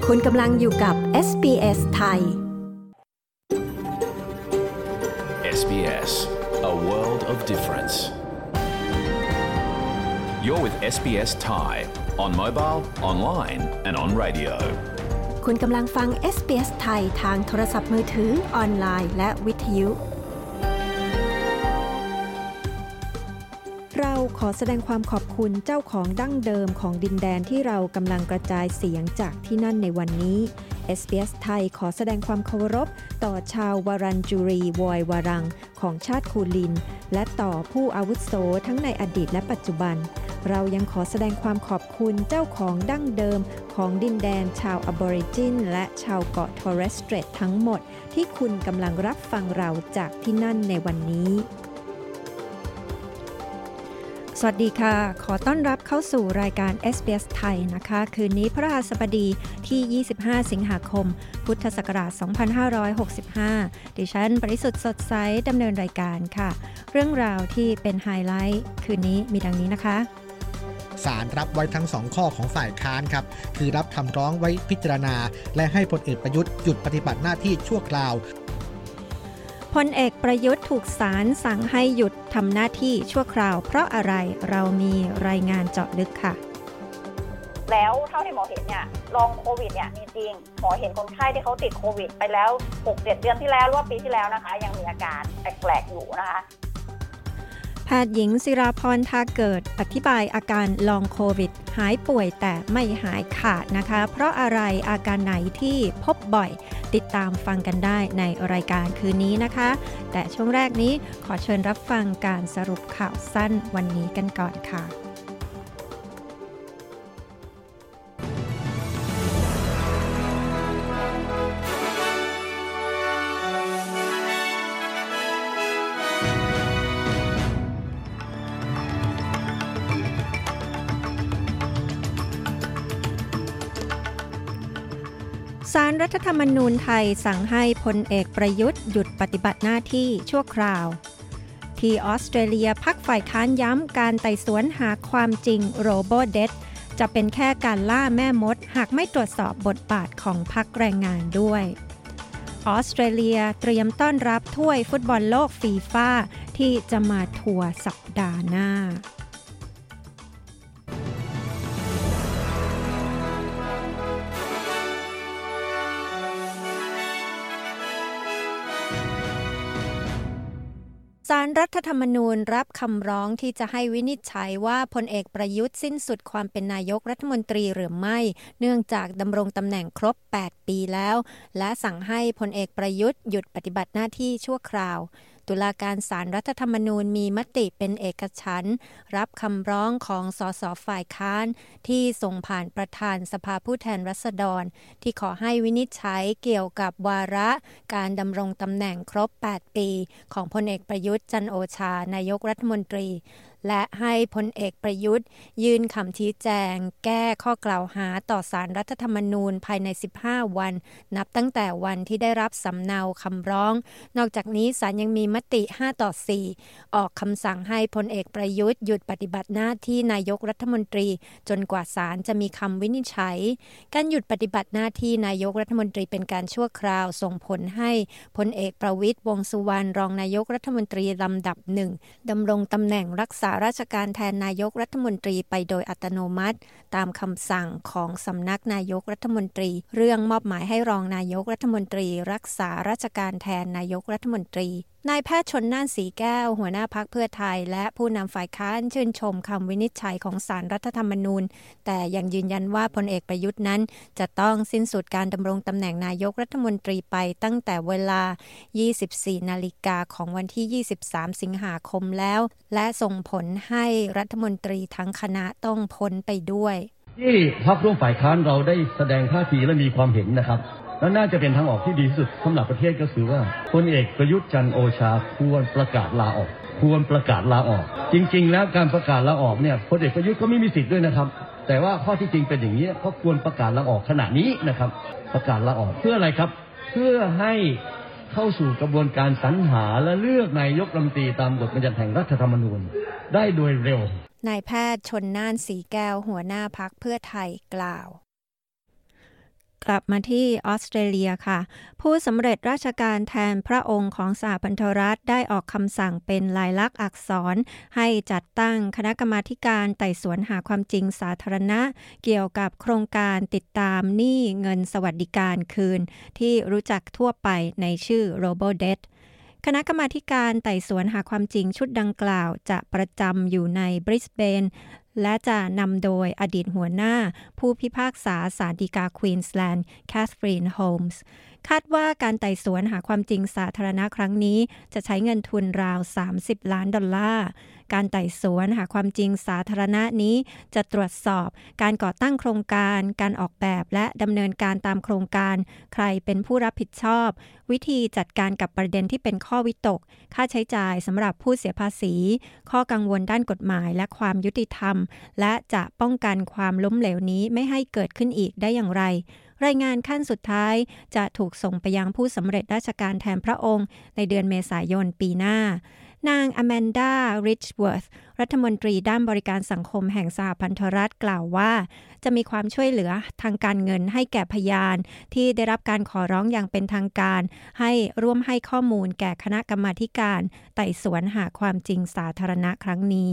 คุณกำลังอยู่กับ SBS ไทย SBS A world of difference. You're with SBS Thai on mobile, online and on radio. คุณกำลังฟัง SBS ไทยทางโทรศัพท์มือถือออนไลน์และวิทยุเราขอแสดงความขอบคุณเจ้าของดั้งเดิมของดินแดนที่เรากำลังกระจายเสียงจากที่นั่นในวันนี้ SBS ไทยขอแสดงความเคารพต่อชาววารันจูรีวอยวารังของชาติคูลินและต่อผู้อาวุโสทั้งในอดีตและปัจจุบันเรายังขอแสดงความขอบคุณเจ้าของดั้งเดิมของดินแดนชาวอบอริจินและชาวเกาะทอร์เรสสเตรททั้งหมดที่คุณกำลังรับฟังเราจากที่นั่นในวันนี้สวัสดีค่ะขอต้อนรับเข้าสู่รายการ SBS ไทยนะคะคืนนี้พฤหัสบดีที่25สิงหาคมพุทธศักราช2565ดิฉันปริสุทธิ์สดใสดำเนินรายการค่ะเรื่องราวที่เป็นไฮไลท์คืนนี้มีดังนี้นะคะศาลรับไว้ทั้ง2ข้อของฝ่ายค้านครับคือรับคำร้องไว้พิจารณาและให้พลเอกประยุทธ์หยุดปฏิบัติหน้าที่ชั่วคราวพลเอกประยุทธ์ถูกศาลสั่งให้หยุดทำหน้าที่ชั่วคราวเพราะอะไรเรามีรายงานเจาะลึกค่ะแล้วเท่าที่หมอเห็นเนี่ยลองโควิดเนี่ยมีจริงหมอเห็นคนไข้ที่เขาติดโควิดไปแล้ว 6-7 เดือนที่แล้วหรือว่าปีที่แล้วนะคะยังมีอาการแปลกๆอยู่นะคะแพทย์หญิงศิราพรทาเกิดอธิบายอาการลองโควิดหายป่วยแต่ไม่หายขาดนะคะเพราะอะไรอาการไหนที่พบบ่อยติดตามฟังกันได้ในรายการคืนนี้นะคะแต่ช่วงแรกนี้ขอเชิญรับฟังการสรุปข่าวสั้นวันนี้กันก่อนค่ะศาลรัฐธรรมนูญไทยสั่งให้พลเอกประยุทธ์หยุดปฏิบัติหน้าที่ชั่วคราวที่ออสเตรเลียพรรคฝ่ายค้านย้ำการไต่สวนหาความจริงโรโบเดธจะเป็นแค่การล่าแม่มดหากไม่ตรวจสอบบทบาทของพรรคแรงงานด้วยออสเตรเลียเตรียมต้อนรับถ้วยฟุตบอลโลกฟีฟ่าที่จะมาทัวร์สัปดาห์หน้าศาลรัฐธรรมนูญรับคำร้องที่จะให้วินิจฉัยว่าพลเอกประยุทธ์สิ้นสุดความเป็นนายกรัฐมนตรีหรือไม่เนื่องจากดำรงตำแหน่งครบ8ปีแล้วและสั่งให้พลเอกประยุทธ์หยุดปฏิบัติหน้าที่ชั่วคราวตุลาการศาลรัฐธรรมนูญมีมติเป็นเอกฉันท์รับคำร้องของสสฝ่ายค้านที่ส่งผ่านประธานสภาผู้แทนราษฎรที่ขอให้วินิจฉัยเกี่ยวกับวาระการดำรงตำแหน่งครบ8ปีของพลเอกประยุทธ์จันทร์โอชานายกรัฐมนตรีและให้พลเอกประยุทธ์ยื่นคำชี้แจงแก้ข้อกล่าวหาต่อศาลรัฐธรรมนูญภายใน15วันนับตั้งแต่วันที่ได้รับสำเนาคำร้องนอกจากนี้ศาลยังมีมติ5-4ออกคำสั่งให้พลเอกประยุทธ์หยุดปฏิบัติหน้าที่นายกรัฐมนตรีจนกว่าศาลจะมีคำวินิจฉัยการหยุดปฏิบัติหน้าที่นายกรัฐมนตรีเป็นการชั่วคราวส่งผลให้พลเอกประวิตรวงษ์สุวรรณรองนายกรัฐมนตรีลำดับ1ดำรงตำแหน่งรักษาราชการแทนนายกรัฐมนตรีไปโดยอัตโนมัติตามคำสั่งของสำนักนายกรัฐมนตรีเรื่องมอบหมายให้รองนายกรัฐมนตรีรักษาราชการแทนนายกรัฐมนตรีนายแพทย์ชลน่านสีแก้วหัวหน้าพรรคเพื่อไทยและผู้นำฝ่ายค้านชื่นชมคำวินิจฉัยของศาลรัฐธรรมนูญแต่ยังยืนยันว่าพลเอกประยุทธ์นั้นจะต้องสิ้นสุดการดำรงตำแหน่งนายกรัฐมนตรีไปตั้งแต่เวลา 24 นาฬิกาของวันที่ 23 สิงหาคมแล้วและส่งผลให้รัฐมนตรีทั้งคณะต้องพ้นไปด้วยที่พรรคร่วมฝ่ายค้านเราได้แสดงท่าทีและมีความเห็นนะครับและน่าจะเป็นทางออกที่ดีที่สุดสำหรับประเทศก็คือว่าพลเอกประยุทธ์จันทร์โอชาควรประกาศลาออกจริงๆแล้วการประกาศลาออกเนี่ยพลเอกประยุทธ์ก็ไม่มีสิทธิ์ด้วยนะครับแต่ว่าข้อที่จริงเป็นอย่างนี้เขาควรประกาศลาออกขณะนี้นะครับประกาศลาออกเพื่ออะไรครับเพื่อให้เข้าสู่กระบวนการสรรหาและเลือกนายกรัฐมนตรีตามบทบัญญัติแห่งรัฐธรรมนูญได้โดยเร็วนายแพทย์ชลน่านสีแก้วหัวหน้าพรรคเพื่อไทยกล่าวลับมาที่ออสเตรเลียค่ะผู้สำเร็จราชการแทนพระองค์ของสหพันธรัฐได้ออกคำสั่งเป็นลายลักษณ์อักษรให้จัดตั้งคณะกรรมาธิการไต่สวนหาความจริงสาธารณะเกี่ยวกับโครงการติดตามหนี้เงินสวัสดิการคืนที่รู้จักทั่วไปในชื่อ Robo-Debtคณะกรรมาธิการไต่สวนหาความจริงชุดดังกล่าวจะประจำอยู่ในบริสเบนและจะนำโดยอดีตหัวหน้าผู้พิพากษาศาลฎีกาควีนสแลนด์แคทรีนโฮมส์คาดว่าการไต่สวนหาความจริงสาธารณะครั้งนี้จะใช้เงินทุนราว$30 ล้านการไต่สวนหาความจริงสาธารณะนี้จะตรวจสอบการก่อตั้งโครงการการออกแบบและดำเนินการตามโครงการใครเป็นผู้รับผิดชอบวิธีจัดการกับประเด็นที่เป็นข้อวิตกค่าใช้จ่ายสำหรับผู้เสียภาษีข้อกังวลด้านกฎหมายและความยุติธรรมและจะป้องกันความล้มเหลวนี้ไม่ให้เกิดขึ้นอีกได้อย่างไรรายงานขั้นสุดท้ายจะถูกส่งไปยังผู้สำเร็จราชการแทนพระองค์ในเดือนเมษายนปีหน้านางอแมนดา ริชเวิร์ธรัฐมนตรีด้านบริการสังคมแห่งสหพันธรัฐกล่าวว่าจะมีความช่วยเหลือทางการเงินให้แก่พยานที่ได้รับการขอร้องอย่างเป็นทางการให้ร่วมให้ข้อมูลแก่คณะกรรมาธิการไต่สวนหาความจริงสาธารณะครั้งนี้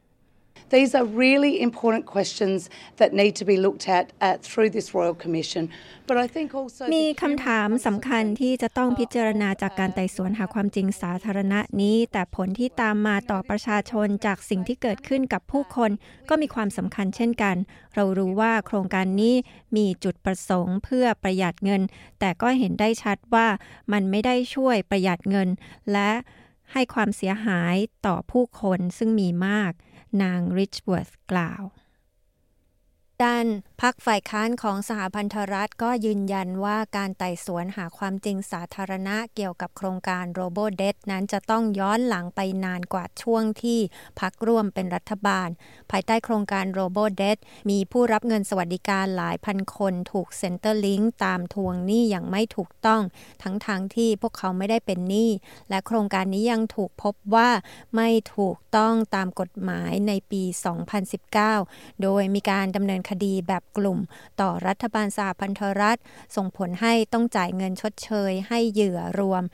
These are really important questions that need to be looked at through this Royal Commission. But I think also มีคำถามสำคัญที่จะต้องพิจารณาจากการไต่สวนหาความจริงสาธารณะนี้แต่ผลที่ตามมาต่อประชาชนจากสิ่งที่เกิดขึ้นกับผู้คนก็มีความสำคัญเช่นกันเรารู้ว่าโครงการนี้มีจุดประสงค์เพื่อประหยัดเงินแต่ก็เห็นได้ชัดว่ามันไม่ได้ช่วยประหยัดเงินและให้ความเสียหายต่อผู้คนซึ่งมีมากนางริชเวิร์ธกล่าวด้านพรรคฝ่ายค้านของสหพันธรัฐก็ยืนยันว่าการไต่สวนหาความจริงสาธารณะเกี่ยวกับโครงการ Robo-Debt นั้นจะต้องย้อนหลังไปนานกว่าช่วงที่พรรคร่วมเป็นรัฐบาลภายใต้โครงการ Robo-Debt มีผู้รับเงินสวัสดิการหลายพันคนถูก Centrelink ตามทวงหนี้อย่างไม่ถูกต้องทั้งที่พวกเขาไม่ได้เป็นหนี้และโครงการนี้ยังถูกพบว่าไม่ถูกต้องตามกฎหมายในปี 2019 โดยมีการดำเนินคดีแบบกลุ่มต่อรัฐบาลสหพันธรัฐส่งผลให้ต้องจ่ายเงินชดเชยให้เหยื่อรวม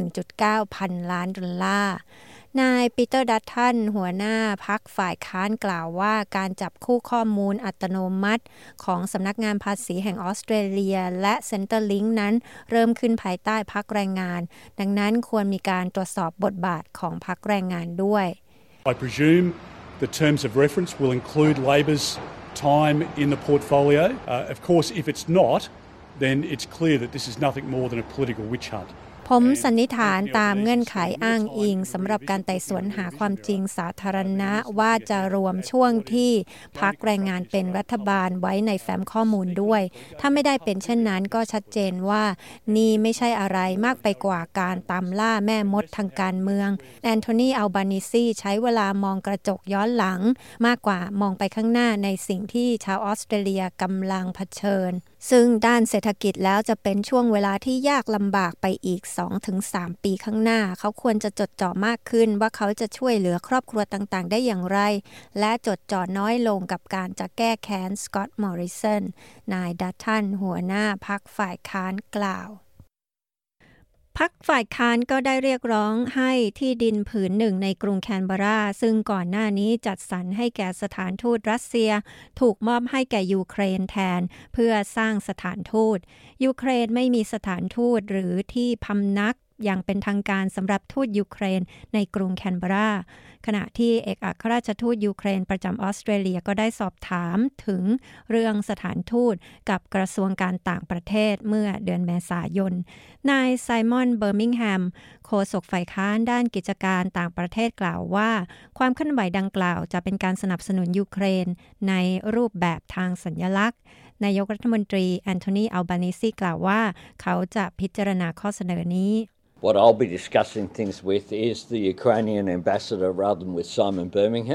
1.9 พันล้านดอลลาร์นายปีเตอร์ดัตตันหัวหน้าพรรคฝ่ายค้านกล่าวว่าการจับคู่ข้อมูลอัตโนมัติของสำนักงานภาษีแห่งออสเตรเลียและ Centrelink นั้นเริ่มขึ้นภายใต้พรรคแรงงานดังนั้นควรมีการตรวจสอบบทบาทของพรรคแรงงานด้วย I presume the terms of reference will include Labor's time in the portfolio. Of course, if it's not, then it's clear that this is nothing more than a political witch hunt. ผมสันนิษฐานตามเงื่อนไขอ้างอิงสำหรับการไต่สวนหาความจริงสาธารณะว่าจะรวมช่วงที่พรรคแรงงานเป็นรัฐบาลไว้ในแฟ้มข้อมูลด้วยถ้าไม่ได้เป็นเช่นนั้นก็ชัดเจนว่านี่ไม่ใช่อะไรมากไปกว่าการตามล่าแม่มดทางการเมืองแอนโทนี อัลบานิซีใช้เวลามองกระจกย้อนหลังมากกว่ามองไปข้างหน้าในสิ่งที่ชาวออสเตรเลียกำลังเผชิญซึ่งด้านเศรษฐกิจแล้วจะเป็นช่วงเวลาที่ยากลำบากไปอีก 2-3 ปีข้างหน้าเขาควรจะจดจ่อมากขึ้นว่าเขาจะช่วยเหลือครอบครัวต่างๆได้อย่างไรและจดจ่อน้อยลงกับการจะแก้แค้นสก็อตต์มอริสันนายดัตตันหัวหน้าพรรคฝ่ายค้านกล่าวพรรคฝ่ายค้านก็ได้เรียกร้องให้ที่ดินผืนหนึ่งในกรุงแคนเบอร์ราซึ่งก่อนหน้านี้จัดสรรให้แก่สถานทูตรัสเซียถูกมอบให้แก่ยูเครนแทนเพื่อสร้างสถานทูตยูเครนไม่มีสถานทูตหรือที่พำนักอย่างเป็นทางการสำหรับทูตยูเครนในกรุงแคนเบอร์ราขณะที่เอกอัครราชทูตยูเครนประจำออสเตรเลียก็ได้สอบถามถึงเรื่องสถานทูตกับกระทรวงการต่างประเทศเมื่อเดือนเมษายนนายไซมอนเบอร์มิงแฮมโฆษกฝ่ายค้านด้านกิจการต่างประเทศกล่าวว่าความเคลื่อนไหวดังกล่าวจะเป็นการสนับสนุนยูเครนในรูปแบบทางสัญลักษณ์นายกรัฐมนตรีแอนโทนี อัลบานิซีกล่าวว่าเขาจะพิจารณาข้อเสนอนี้ What I'll be discussing things with is the Ukrainian ambassador rather than with Simon Birmingham.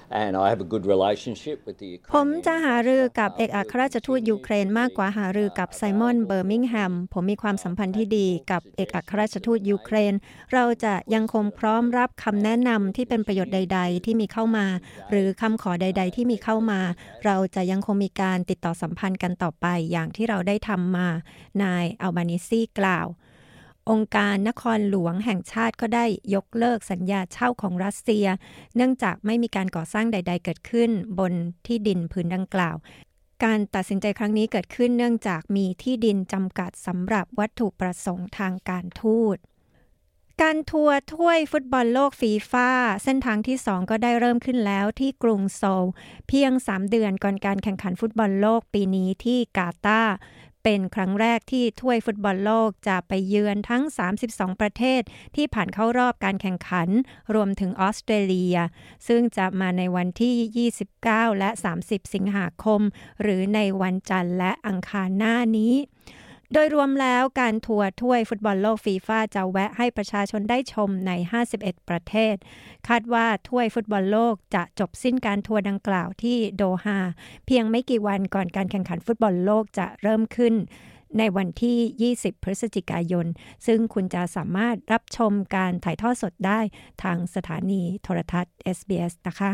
and I have a good relationship with the Ukrainian. ผมจะหารือกับเอกอัครราชทูตยูเครนมากกว่าหารือกับไซมอนเบอร์มิงแฮมผมมีความสัมพันธ์ที่ดีกับเอกอัครราชทูตยูเครนเราจะยังคงพร้อมรับคำแนะนำที่เป็นประโยชน์ใดๆที่มีเข้ามาหรือคำขอใดๆที่มีเข้ามาเราจะยังคงมีการติดต่อสัมพันธ์กันต่อไปอย่างที่เราได้ทำมานายอัลบานิซีกล่าวองค์การนครหลวงแห่งชาติก็ได้ยกเลิกสัญญาเช่าของรัสเซียเนื่องจากไม่มีการก่อสร้างใดๆเกิดขึ้นบนที่ดินผืนดังกล่าวการตัดสินใจครั้งนี้เกิดขึ้นเนื่องจากมีที่ดินจำกัดสำหรับวัตถุประสงค์ทางการทูตการทัวร์ถ้วยฟุตบอลโลกฟีฟ่าเส้นทางที่2ก็ได้เริ่มขึ้นแล้วที่กรุงโซลเพียง3เดือนก่อนการแข่งขันฟุตบอลโลกปีนี้ที่กาตาร์เป็นครั้งแรกที่ถ้วยฟุตบอลโลกจะไปเยือนทั้ง32ประเทศที่ผ่านเข้ารอบการแข่งขันรวมถึงออสเตรเลียซึ่งจะมาในวันที่29และ30สิงหาคมหรือในวันจันทร์และอังคารหน้านี้โดยรวมแล้วการทัวร์ถ้วยฟุตบอลโลกฟีฟ่าจะแวะให้ประชาชนได้ชมใน51ประเทศคาดว่าถ้วยฟุตบอลโลกจะจบสิ้นการทัวร์ดังกล่าวที่โดฮาเพียงไม่กี่วันก่อนการแข่งขันฟุตบอลโลกจะเริ่มขึ้นในวันที่20พฤศจิกายนซึ่งคุณจะสามารถรับชมการถ่ายทอดสดได้ทางสถานีโทรทัศน์ SBS นะคะ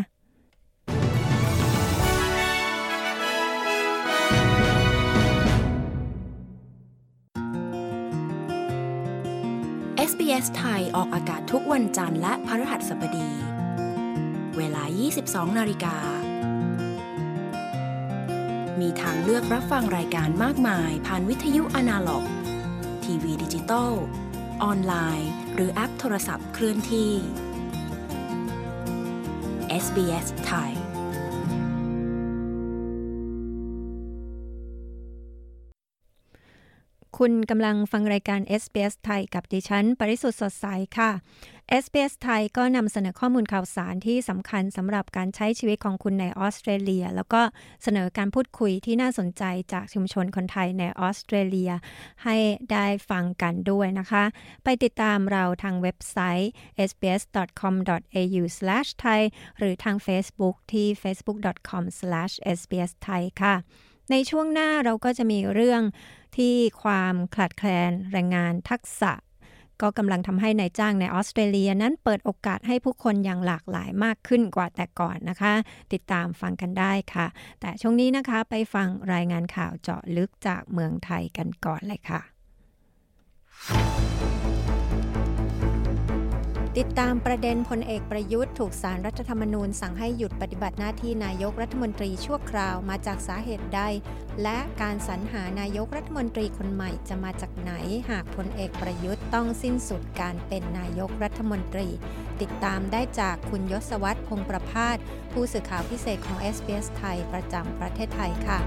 SBS ไทยออกอากาศทุกวันจันทร์และพฤหัสบดีเวลา 22:00 น.มีทางเลือกรับฟังรายการมากมายผ่านวิทยุอนาล็อกทีวีดิจิตอลออนไลน์หรือแอปโทรศัพท์เคลื่อนที่ SBS ไทยคุณกำลังฟังรายการ SBS ไทยกับดิฉันปริสุทธิ์สดใสค่ะ SBS ไทยก็นำเสนอข้อมูลข่าวสารที่สำคัญสำหรับการใช้ชีวิตของคุณในออสเตรเลียแล้วก็เสนอการพูดคุยที่น่าสนใจจากชุมชนคนไทยในออสเตรเลียให้ได้ฟังกันด้วยนะคะไปติดตามเราทางเว็บไซต์ sbs.com.au/thai หรือทาง Facebook ที่ facebook.com/sbsthai ค่ะในช่วงหน้าเราก็จะมีเรื่องที่ความขาดแคลนแรงงานทักษะก็กำลังทำให้นายจ้างในออสเตรเลียนั้นเปิดโอกาสให้ผู้คนอย่างหลากหลายมากขึ้นกว่าแต่ก่อนนะคะติดตามฟังกันได้ค่ะแต่ช่วงนี้นะคะไปฟังรายงานข่าวเจาะลึกจากเมืองไทยกันก่อนเลยค่ะติดตามประเด็นพลเอกประยุทธ์ถูกศาลรัฐธรรมนูญสั่งให้หยุดปฏิบัติหน้าที่นายกรัฐมนตรีชั่วคราวมาจากสาเหตุใดและการสรรหานายกรัฐมนตรีคนใหม่จะมาจากไหนหากพลเอกประยุทธ์ต้องสิ้นสุดการเป็นนายกรัฐมนตรีติดตามได้จากคุณยศวัฒน์พงษ์ประภาสผู้สื่อข่าวพิเศษของ SBS ไทยประจำประเทศไทยค่ะ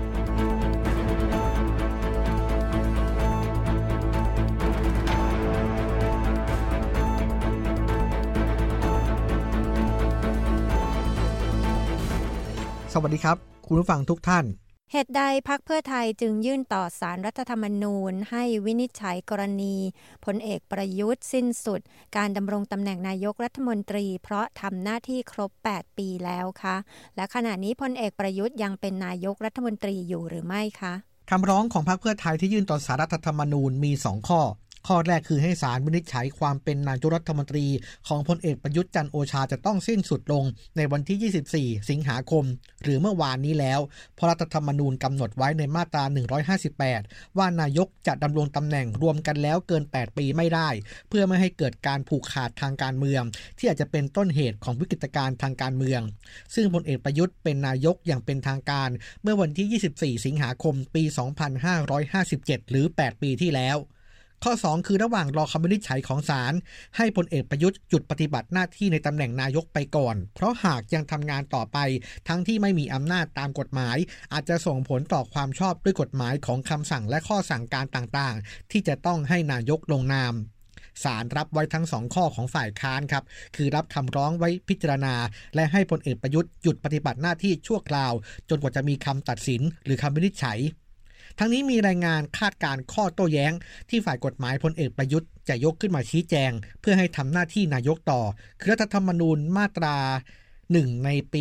สวัสดีครับคุณผู้ฟังทุกท่านเหตุใดพรรคเพื่อไทยจึงยื่นต่อศาลรัฐธรรมนูญให้วินิจฉัยกรณีพลเอกประยุทธ์สิ้นสุดการดำรงตำแหน่งนายกรัฐมนตรีเพราะทำหน้าที่ครบ8ปีแล้วคะและขณะนี้พลเอกประยุทธ์ยังเป็นนายกรัฐมนตรีอยู่หรือไม่คะคำร้องของพรรคเพื่อไทยที่ยื่นต่อศาลรัฐธรรมนูญมี2ข้อแรกคือให้ศาลวินิจฉัยความเป็นนายกรัฐมนตรีของพลเอกประยุทธ์จันทร์โอชาจะต้องสิ้นสุดลงในวันที่24สิงหาคมหรือเมื่อวานนี้แล้วเพราะรัฐธรรมนูญกำหนดไว้ในมาตรา158ว่านายกจะดำรงตำแหน่งรวมกันแล้วเกิน8ปีไม่ได้เพื่อไม่ให้เกิดการผูกขาดทางการเมืองที่อาจจะเป็นต้นเหตุของวิกฤตการณ์ทางการเมืองซึ่งพลเอกประยุทธ์เป็นนายกอย่างเป็นทางการเมื่อวันที่24สิงหาคมปี2557หรือ8ปีที่แล้วข้อ2คือระหว่างรอคำวินิจฉัยของศาลให้พลเอกประยุทธ์หยุดปฏิบัติหน้าที่ในตำแหน่งนายกไปก่อนเพราะหากยังทำงานต่อไปทั้งที่ไม่มีอำนาจตามกฎหมายอาจจะส่งผลต่อความชอบด้วยกฎหมายของคำสั่งและข้อสั่งการต่างๆที่จะต้องให้นายกลงนามศาลรับไว้ทั้ง2ข้อของฝ่ายค้านครับคือรับคำร้องไว้พิจารณาและให้พลเอกประยุทธ์หยุดปฏิบัติหน้าที่ชั่วคราวจนกว่าจะมีคำตัดสินหรือคำวินิจฉัยทั้งนี้มีรายงานคาดการข้อโต้แย้งที่ฝ่ายกฎหมายพลเอกประยุทธ์จะยกขึ้นมาชี้แจงเพื่อให้ทำหน้าที่นายกต่อคือรัฐธรรมนูญมาตรา 1ในปี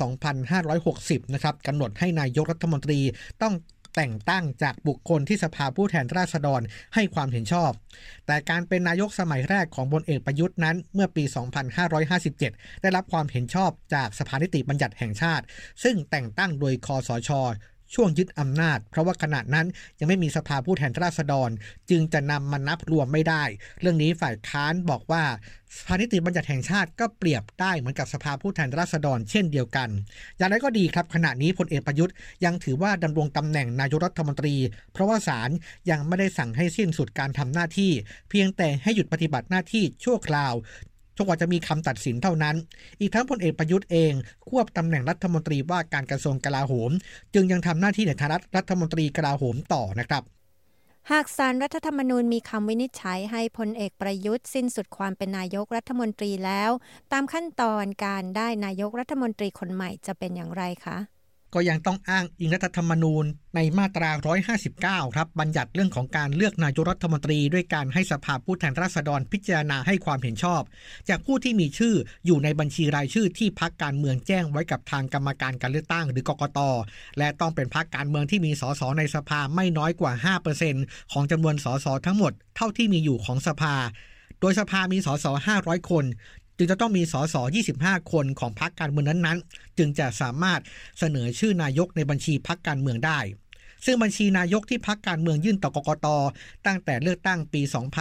2560 นะครับกำหนดให้นายกรัฐมนตรีต้องแต่งตั้งจากบุคคลที่สภาผู้แทนราษฎรให้ความเห็นชอบแต่การเป็นนายกสมัยแรกของพลเอกประยุทธ์นั้นเมื่อปี 2557 ได้รับความเห็นชอบจากสภานิติบัญญัติแห่งชาติซึ่งแต่งตั้งโดยคสช.ช่วงยึดอำนาจเพราะว่าขณะนั้นยังไม่มีสภาผู้แทนราษฎรจึงจะนำมานับรวมไม่ได้เรื่องนี้ฝ่ายค้านบอกว่าสภานิติบัญญัติแห่งชาติก็เปรียบได้เหมือนกับสภาผู้แทนราษฎรเช่นเดียวกันอย่างไรก็ดีครับขณะนี้พลเอกประยุทธ์ยังถือว่าดำรงตำแหน่งนายกรัฐมนตรีเพราะว่าศาลยังไม่ได้สั่งให้สิ้นสุดการทำหน้าที่เพียงแต่ให้หยุดปฏิบัติหน้าที่ชั่วคราวจนกว่าจะมีคำตัดสินเท่านั้นอีกทั้งพลเอกประยุทธ์เองควบตำแหน่งรัฐมนตรีว่าการกระทรวงกลาโหมจึงยังทำหน้าที่ในฐานะรัฐมนตรีกลาโหมต่อนะครับหากศาลรัฐธรรมนูญมีคำวินิจฉัยให้พลเอกประยุทธ์สิ้นสุดความเป็นนายกรัฐมนตรีแล้วตามขั้นตอนการได้นายกรัฐมนตรีคนใหม่จะเป็นอย่างไรคะก็ยังต้องอ้างอิงรัฐธรรมนูญในมาตรา159ครับบัญญัติเรื่องของการเลือกนายกรัฐมนตรีด้วยการให้สภาผู้แทนราษฎรพิจารณาให้ความเห็นชอบจากผู้ที่มีชื่ออยู่ในบัญชีรายชื่อที่พรรคการเมืองแจ้งไว้กับทางกรรมการการเลือกตั้งหรือกกต.และต้องเป็นพรรคการเมืองที่มีสสในสภาไม่น้อยกว่า 5% ของจำนวนสสทั้งหมดเท่าที่มีอยู่ของสภาโดยสภามีสส500คนจึงจะต้องมีสส25คนของพรรคการเมืองนั้นๆจึงจะสามารถเสนอชื่อนายกในบัญชีพรรคการเมืองได้ซึ่งบัญชีนายกที่พรรคการเมืองยื่นต่อกกต.ตั้งแต่เลือกตั้งปี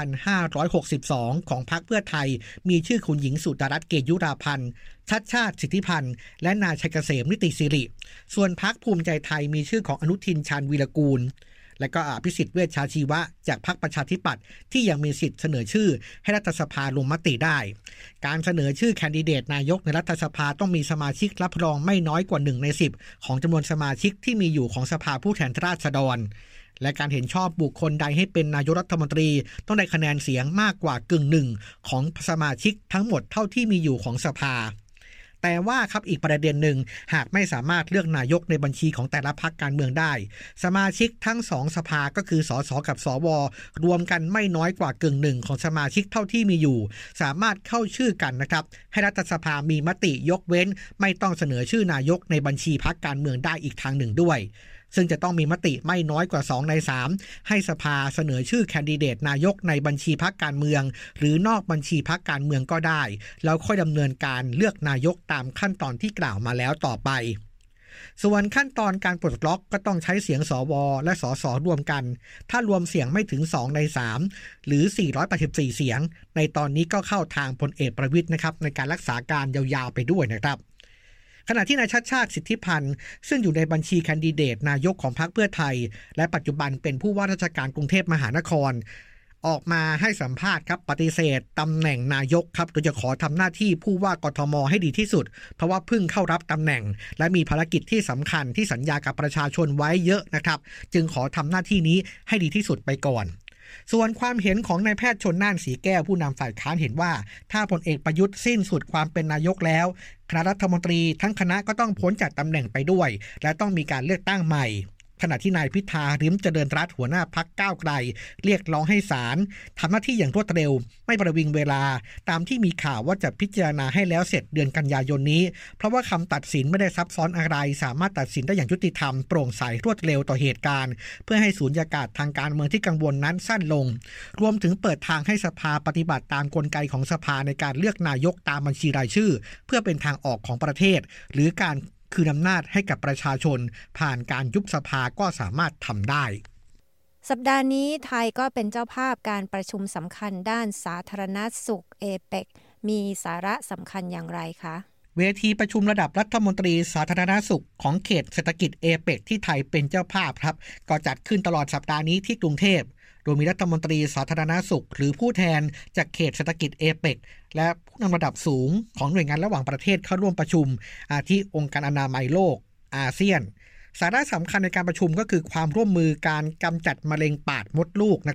2562 ของพรรคเพื่อไทยมีชื่อคุณหญิงสุดารัตน์เกยุราพันธ์ชัชชาติสิทธิพันธ์และนายชัยเกษมนิติสิริส่วนพรรคภูมิใจไทยมีชื่อของอนุทินชาญวีรกูลและก็อภิสิทธิ์เวชชาชีวะจากพรรคประชาธิปัตย์ที่ยังมีสิทธิ์เสนอชื่อให้รัฐสภาลงมติได้การเสนอชื่อแคนดิเดตนายกในรัฐสภาต้องมีสมาชิกรับรองไม่น้อยกว่า1ใน10ของจำนวนสมาชิกที่มีอยู่ของสภาผู้แทนราษฎรและการเห็นชอบบุคคลใดให้เป็นนายกรัฐมนตรีต้องได้คะแนนเสียงมากกว่ากึ่งหนึ่งของสมาชิกทั้งหมดเท่าที่มีอยู่ของสภาแต่ว่าครับอีกประเด็นหนึ่งหากไม่สามารถเลือกนายกในบัญชีของแต่ละพรรคการเมืองได้สมาชิกทั้ง2สภาก็คือสสกับสวรวมกันไม่น้อยกว่ากึ่งหนึ่งของสมาชิกเท่าที่มีอยู่สามารถเข้าชื่อกันนะครับให้รัฐสภามีมติยกเว้นไม่ต้องเสนอชื่อนายกในบัญชีพรรคการเมืองได้อีกทางหนึ่งด้วยซึ่งจะต้องมีมติไม่น้อยกว่า2ใน3ให้สภาเสนอชื่อแคนดิเดตนายกในบัญชีพรรคการเมืองหรือนอกบัญชีพรรคการเมืองก็ได้แล้วค่อยดำเนินการเลือกนายกตามขั้นตอนที่กล่าวมาแล้วต่อไปส่วนขั้นตอนการปลดล็อกก็ต้องใช้เสียงสวและสสรวมกันถ้ารวมเสียงไม่ถึง2ใน3หรือ484เสียงในตอนนี้ก็เข้าทางพลเอกประวิตรนะครับในการรักษาการยาวๆไปด้วยนะครับขณะที่นายชัชชาติสิทธิพันธ์ซึ่งอยู่ในบัญชีแคนดิเดตนายกของพรรคเพื่อไทยและปัจจุบันเป็นผู้ว่าราชการกรุงเทพมหานครออกมาให้สัมภาษณ์ครับปฏิเสธตำแหน่งนายกครับโดยจะขอทำหน้าที่ผู้ว่ากทมให้ดีที่สุดเพราะว่าเพิ่งเข้ารับตำแหน่งและมีภารกิจที่สำคัญที่สัญญากับประชาชนไว้เยอะนะครับจึงขอทำหน้าที่นี้ให้ดีที่สุดไปก่อนส่วนความเห็นของนายแพทย์ชลน่านสีแก้วผู้นำฝ่ายค้านเห็นว่าถ้าพลเอกประยุทธ์สิ้นสุดความเป็นนายกแล้วคณะรัฐมนตรีทั้งคณะก็ต้องพ้นจากตำแหน่งไปด้วยและต้องมีการเลือกตั้งใหม่ขณะที่นายพิธาลิ้มเจริญรัตน์หัวหน้าพรรคก้าวไกลเรียกร้องให้ศาลทำหน้าที่อย่างรวดเร็วไม่ประวิงเวลาตามที่มีข่าวว่าจะพิจารณาให้แล้วเสร็จเดือนกันยายนนี้เพราะว่าคำตัดสินไม่ได้ซับซ้อนอะไรสามารถตัดสินได้อย่างยุติธรรมโปร่งใสรวดเร็วต่อเหตุการณ์เพื่อให้สูญญากาศทางการเมืองที่กังวลนั้นสั้นลงรวมถึงเปิดทางให้สภาปฏิบัติตามกลไกของสภาในการเลือกนายกตามบัญชีรายชื่อเพื่อเป็นทางออกของประเทศหรือการคืนอำนาจให้กับประชาชนผ่านการยุบสภาก็สามารถทำได้สัปดาห์นี้ไทยก็เป็นเจ้าภาพการประชุมสำคัญด้านสาธารณสุขเอเปกมีสาระสำคัญอย่างไรคะเวทีประชุมระดับรัฐมนตรีสาธารณสุขของเขตเศรษฐกิจเอเปกที่ไทยเป็นเจ้าภาพครับก็จัดขึ้นตลอดสัปดาห์นี้ที่กรุงเทพโดยมีรัฐมนตรีสาธารณสุขหรือผู้แทนจากเขตเศรษฐกิจเอเปกและผู้นำระดับสูงของหน่วยงานระหว่างประเทศเข้าร่วมประชุมอาทิองค์การอนามัยโลกอาเซียนสาระสำคัญในการประชุมก็คือความร่วมมือการกำจัดมะเร็งปากมดลูกนะครับ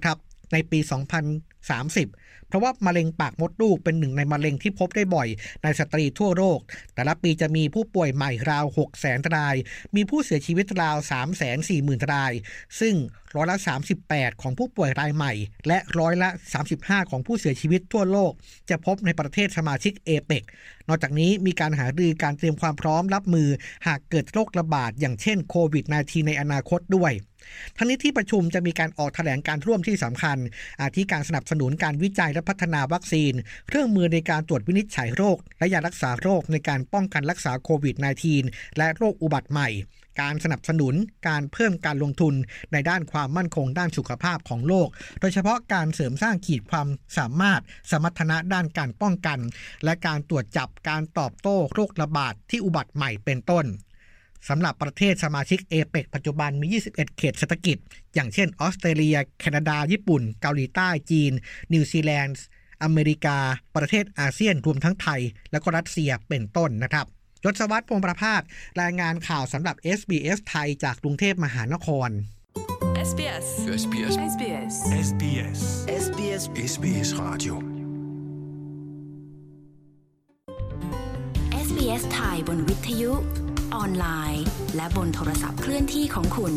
ในปี 2030 เพราะว่ามะเร็งปากมดลูกเป็นหนึ่งในมะเร็งที่พบได้บ่อยในสตรีทั่วโลกแต่ละปีจะมีผู้ป่วยใหม่ราว 600,000 รายมีผู้เสียชีวิตราว 340,000 รายซึ่งร้อยละ 38 ของผู้ป่วยรายใหม่และร้อยละ 35 ของผู้เสียชีวิตทั่วโลกจะพบในประเทศสมาชิกเอเปกนอกจากนี้มีการหารือการเตรียมความพร้อมรับมือหากเกิดโรคระบาดอย่างเช่นโควิด -19 ในอนาคตด้วยทั้งนี้ที่ประชุมจะมีการออกแถลงการร่วมที่สำคัญอาทิการสนับสนุนการวิจัยและพัฒนาวัคซีนเครื่องมือในการตรวจวินิจฉัยโรคและยารักษาโรคในการป้องกันรักษาโควิด -19 และโรคอุบัติใหม่การสนับสนุนการเพิ่มการลงทุนในด้านความมั่นคงด้านสุขภาพของโลกโดยเฉพาะการเสริมสร้างขีดความสามารถสมรรถนะด้านการป้องกันและการตรวจจับการตอบโต้โรคระบาดที่อุบัติใหม่เป็นต้นสำหรับประเทศสมาชิกเอเปกปัจจุบันมี21เขตเศรษฐกิจอย่างเช่นออสเตรเลียแคนาดาญี่ปุ่นเกาหลีใต้จีนนิวซีแลนด์อเมริกาประเทศอาเซียนรวมทั้งไทยและก็รัสเซียเป็นต้นนะครับยศวัฒน์ พงษ์ประภาสรายงานข่าวสำหรับ SBS ไทยจากกรุงเทพมหานคร SBS SBS SBS SBS SBS SBS Radio SBS ไทยบนวิทยุออนไลน์และบนโทรศัพท์เคลื่อนที่ของคุณ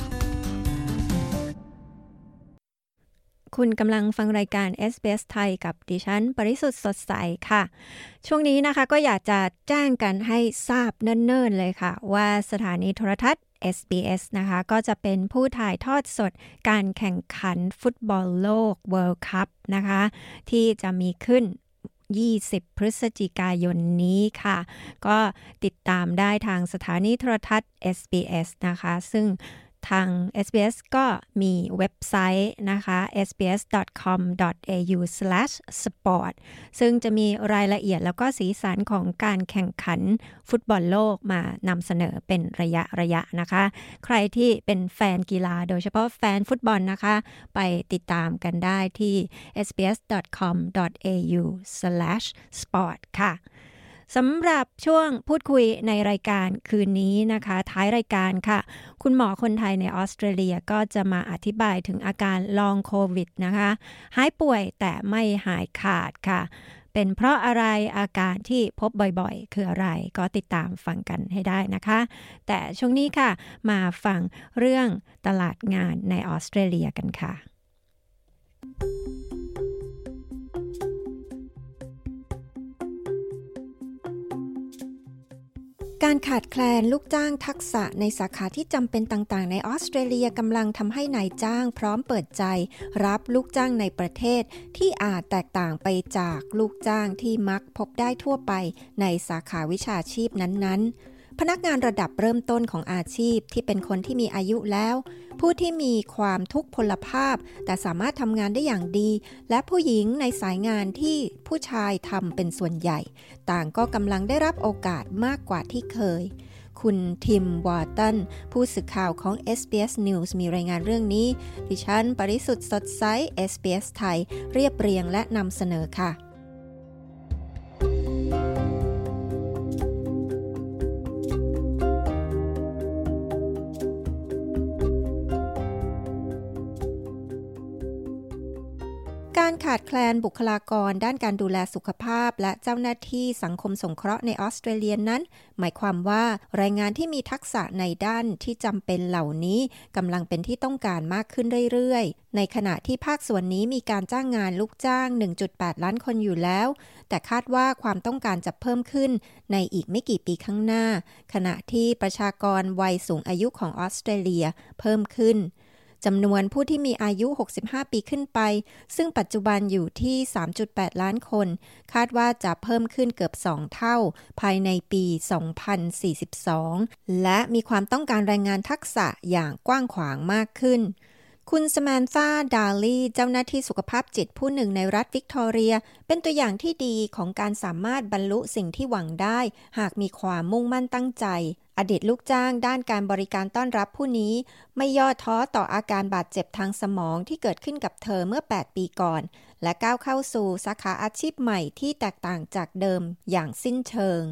คุณกำลังฟังรายการ SBS ไทยกับดิฉันปริสุทธิ์สดใสค่ะช่วงนี้นะคะก็อยากจะแจ้งกันให้ทราบเนิ่นๆเลยค่ะว่าสถานีโทรทัศน์ SBS นะคะก็จะเป็นผู้ถ่ายทอดสดการแข่งขันฟุตบอลโลก World Cup นะคะที่จะมีขึ้น20 พฤศจิกายนนี้ค่ะก็ติดตามได้ทางสถานีโทรทัศน์ SBS นะคะซึ่งทาง SBS ก็มีเว็บไซต์นะคะ sbs.com.au/sport ซึ่งจะมีรายละเอียดแล้วก็สีสันของการแข่งขันฟุตบอลโลกมานำเสนอเป็นระยะนะคะใครที่เป็นแฟนกีฬาโดยเฉพาะแฟนฟุตบอลนะคะไปติดตามกันได้ที่ sbs.com.au/sport ค่ะสำหรับช่วงพูดคุยในรายการคืนนี้นะคะท้ายรายการค่ะคุณหมอคนไทยในออสเตรเลียก็จะมาอธิบายถึงอาการลองโควิดนะคะหายป่วยแต่ไม่หายขาดค่ะเป็นเพราะอะไรอาการที่พบบ่อยๆคืออะไรก็ติดตามฟังกันให้ได้นะคะแต่ช่วงนี้ค่ะมาฟังเรื่องตลาดงานในออสเตรเลียกันค่ะการขาดแคลนลูกจ้างทักษะในสาขาที่จำเป็นต่างๆในออสเตรเลียกำลังทำให้นายจ้างพร้อมเปิดใจรับลูกจ้างในประเทศที่อาจแตกต่างไปจากลูกจ้างที่มักพบได้ทั่วไปในสาขาวิชาชีพนั้นๆพนักงานระดับเริ่มต้นของอาชีพที่เป็นคนที่มีอายุแล้วผู้ที่มีความทุกพลภาพแต่สามารถทำงานได้อย่างดีและผู้หญิงในสายงานที่ผู้ชายทำเป็นส่วนใหญ่ต่างก็กำลังได้รับโอกาสมากกว่าที่เคยคุณทิมวอร์ตันผู้สื่อข่าวของ SBS News มีรายงานเรื่องนี้ดิฉันปริสุทธิ์สดใส SBS ไทยเรียบเรียงและนำเสนอค่ะการขาดแคลนบุคลากรด้านการดูแลสุขภาพและเจ้าหน้าที่สังคมสงเคราะห์ในออสเตรเลียนั้นหมายความว่าแรงงานที่มีทักษะในด้านที่จำเป็นเหล่านี้กำลังเป็นที่ต้องการมากขึ้นเรื่อยๆในขณะที่ภาคส่วนนี้มีการจ้างงานลูกจ้าง 1.8 ล้านคนอยู่แล้วแต่คาดว่าความต้องการจะเพิ่มขึ้นในอีกไม่กี่ปีข้างหน้าขณะที่ประชากรวัยสูงอายุของออสเตรเลียเพิ่มขึ้นจำนวนผู้ที่มีอายุ65ปีขึ้นไปซึ่งปัจจุบันอยู่ที่ 3.8 ล้านคนคาดว่าจะเพิ่มขึ้นเกือบ2เท่าภายในปี 2042 และมีความต้องการแรงงานทักษะอย่างกว้างขวางมากขึ้นคุณสแมนธา ดาลีเจ้าหน้าที่สุขภาพจิตผู้หนึ่งในรัฐวิกตอเรียเป็นตัวอย่างที่ดีของการสามารถบรรลุสิ่งที่หวังได้หากมีความมุ่งมั่นตั้งใจอดีตลูกจ้างด้านการบริการต้อนรับผู้นี้ไม่ย่อท้อต่ออาการบาดเจ็บทางสมองที่เกิดขึ้นกับเธอเมื่อ8ปีก่อนและก้าวเข้าสู่สาขาอาชีพใหม่ที่แตกต่างจากเดิมอย่างสิ้นเชิง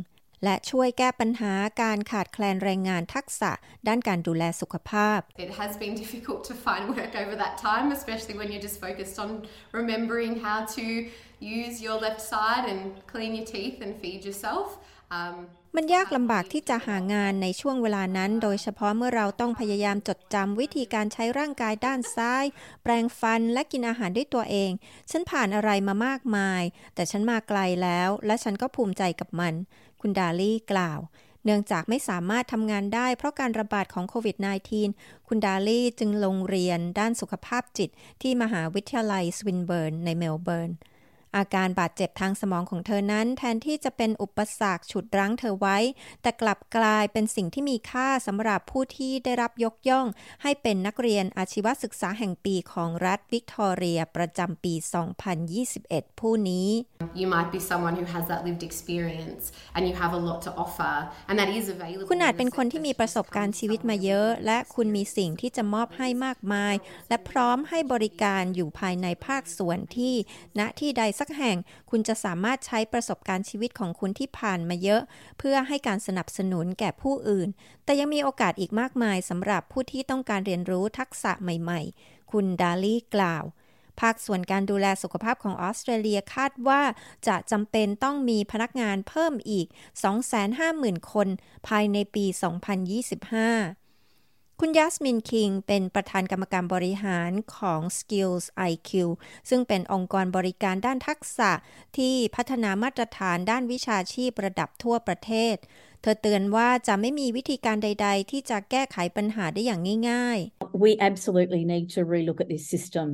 และช่วยแก้ปัญหาการขาดแคลนแรงงานทักษะด้านการดูแลสุขภาพ It has been difficult to find work over that time, especially when you're just focused on remembering how to use your left side and clean your teeth and feed yourself. มันยากลำบากที่จะหางานในช่วงเวลานั้นโดยเฉพาะเมื่อเราต้องพยายามจดจำวิธีการใช้ร่างกายด้านซ้ายแปรงฟันและกินอาหารด้วยตัวเองฉันผ่านอะไรมามากมายแต่ฉันมาไกลแล้วและฉันก็ภูมิใจกับมันคุณดาลี่กล่าวเนื่องจากไม่สามารถทำงานได้เพราะการระบาดของโควิด -19 คุณดาลี่จึงลงเรียนด้านสุขภาพจิตที่มหาวิทยาลัยสวินเบิร์นในเมลเบิร์นอาการบาดเจ็บทางสมองของเธอนั้นแทนที่จะเป็นอุปสรรคฉุดรั้งเธอไว้แต่กลับกลายเป็นสิ่งที่มีค่าสำหรับผู้ที่ได้รับยกย่องให้เป็นนักเรียนอาชีวศึกษาแห่งปีของรัฐวิกตอเรียประจำปี 2021 ผู้นี้ You might be someone who has that lived experience and you have a lot to offer and that is available คุณอาจเป็นคนที่มีประสบการณ์ชีวิตมาเยอะและคุณมีสิ่งที่จะมอบให้มากมายและพร้อมให้บริการอยู่ภายในภาคส่วนที่ณที่ใดสักแห่งคุณจะสามารถใช้ประสบการณ์ชีวิตของคุณที่ผ่านมาเยอะเพื่อให้การสนับสนุนแก่ผู้อื่นแต่ยังมีโอกาสอีกมากมายสำหรับผู้ที่ต้องการเรียนรู้ทักษะใหม่ๆคุณดาลี่กล่าวภาคส่วนการดูแลสุขภาพของออสเตรเลียคาดว่าจะจำเป็นต้องมีพนักงานเพิ่มอีก 250,000 คนภายในปี 2025คุณยัสมินคิงเป็นประธานกรรมการบริหารของ Skills IQ ซึ่งเป็นองค์กรบริการด้านทักษะที่พัฒนามาตรฐานด้านวิชาชีพระดับทั่วประเทศเธอเตือนว่าจะไม่มีวิธีการใดๆที่จะแก้ไขปัญหาได้อย่างง่ายๆ We absolutely need to relook at this system.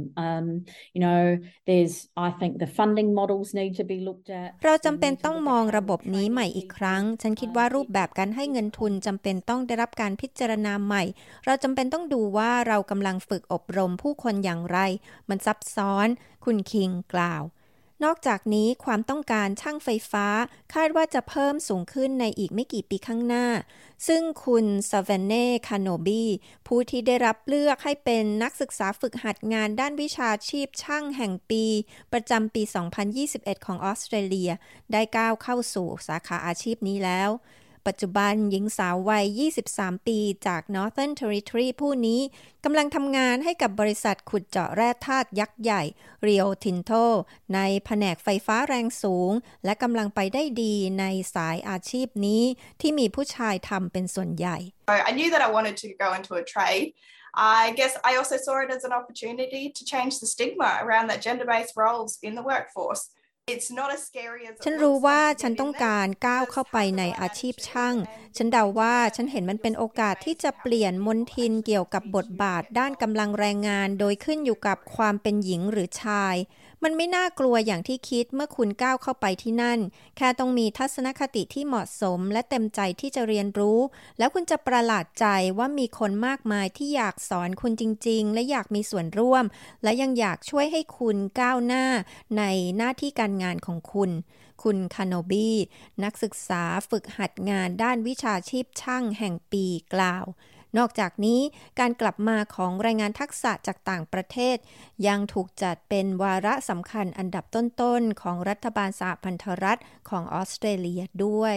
There's, I think, the funding models need to be looked at. เราจำเป็นต้องมองระบบนี้ใหม่อีกครั้งฉันคิดว่ารูปแบบการให้เงินทุนจำเป็นต้องได้รับการพิจารณาใหม่เราจำเป็นต้องดูว่าเรากำลังฝึกอบรมผู้คนอย่างไรมันซับซ้อนคุณคิงกล่าวนอกจากนี้ความต้องการช่างไฟฟ้าคาดว่าจะเพิ่มสูงขึ้นในอีกไม่กี่ปีข้างหน้าซึ่งคุณซาเวนเน่ คาโนบีผู้ที่ได้รับเลือกให้เป็นนักศึกษาฝึกหัดงานด้านวิชาชีพช่างแห่งปีประจำปี 2021 ของออสเตรเลียได้ก้าวเข้าสู่สาขาอาชีพนี้แล้วปัจจุบันหญิงสาววัย 23 ปีจาก Northern Territory ผู้นี้กำลังทำงานให้กับบริษัทขุดเจาะแร่ธาตุยักษ์ใหญ่ Rio Tinto ในแผนกไฟฟ้าแรงสูงและกำลังไปได้ดีในสายอาชีพนี้ที่มีผู้ชายทำเป็นส่วนใหญ่ I knew that I wanted to go into a trade. I guess I also saw it as an opportunity to change the stigma around that gender-based roles in the workforce. ฉันรู้ว่าฉันต้องการก้าวเข้าไปในอาชีพช่างฉันเดาว่าฉันเห็นมันเป็นโอกาสที่จะเปลี่ยนมนทินเกี่ยวกับบทบาทด้านกำลังแรงงานโดยขึ้นอยู่กับความเป็นหญิงหรือชายมันไม่น่ากลัวอย่างที่คิดเมื่อคุณก้าวเข้าไปที่นั่นแค่ต้องมีทัศนคติที่เหมาะสมและเต็มใจที่จะเรียนรู้แล้วคุณจะประหลาดใจว่ามีคนมากมายที่อยากสอนคุณจริงๆและอยากมีส่วนร่วมและยังอยากช่วยให้คุณก้าวหน้าในหน้าที่การงานของคุณคาโนบีนักศึกษาฝึกหัดงานด้านวิชาชีพช่างแห่งปีกล่าวนอกจากนี้การกลับมาของแรงงานทักษะจากต่างประเทศยังถูกจัดเป็นวาระสำคัญอันดับต้นๆของรัฐบาลสหพันธรัฐของออสเตรเลียด้วย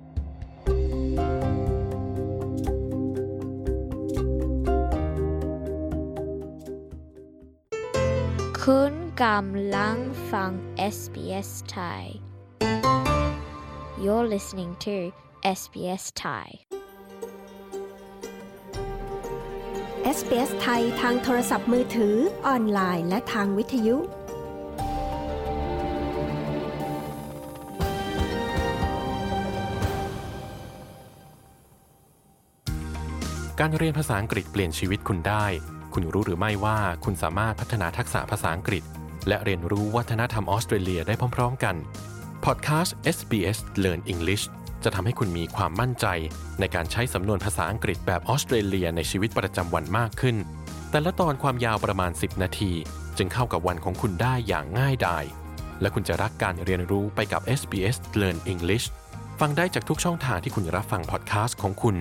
คุณกำลังฟัง SBS Thai You're listening to SBS Thai SBS ไทยทางโทรศัพท์มือถือออนไลน์และทางวิทยุการเรียนภาษาอังกฤษเปลี่ยนชีวิตคุณได้คุณรู้หรือไม่ว่าคุณสามารถพัฒนาทักษะภาษาอังกฤษและเรียนรู้วัฒนธรรมออสเตรเลียได้พร้อมๆกันพอดแคสต์ SBS Learn English จะทำให้คุณมีความมั่นใจในการใช้สำนวนภาษาอังกฤษแบบออสเตรเลียในชีวิตประจำวันมากขึ้นแต่ละตอนความยาวประมาณ10นาทีจึงเข้ากับวันของคุณได้อย่างง่ายดายและคุณจะรักการเรียนรู้ไปกับ SBS Learn English ฟังได้จากทุกช่องทางที่คุณรับฟังพอดแคสต์ของคุณ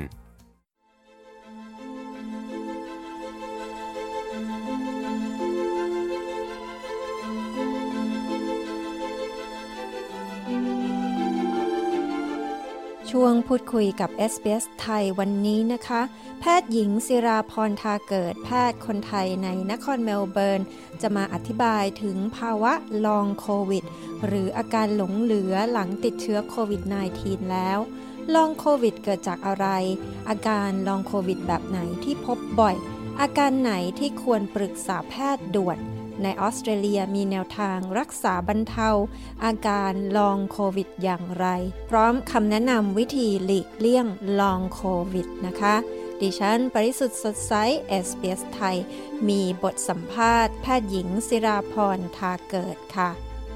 ช่วงพูดคุยกับ SBS ไทยวันนี้นะคะแพทย์หญิงศิราพรทาเกิดแพทย์คนไทยในนครเมลเบิร์นจะมาอธิบายถึงภาวะลองโควิดหรืออาการหลงเหลือหลังติดเชื้อโควิด -19 แล้วลองโควิดเกิดจากอะไรอาการลองโควิดแบบไหนที่พบบ่อยอาการไหนที่ควรปรึกษาแพทย์ด่วนในออสเตรเลียมีแนวทางรักษาบรรเทาอาการลองโควิดอย่างไรพร้อมคำแนะนำวิธีหลีกเลี่ยงลองโควิดนะคะดิฉันปริสุทธิ์สดใส SBS ไทยมีบทสัมภาษณ์แพทย์หญิงศิราพรทาเกิดค่ะ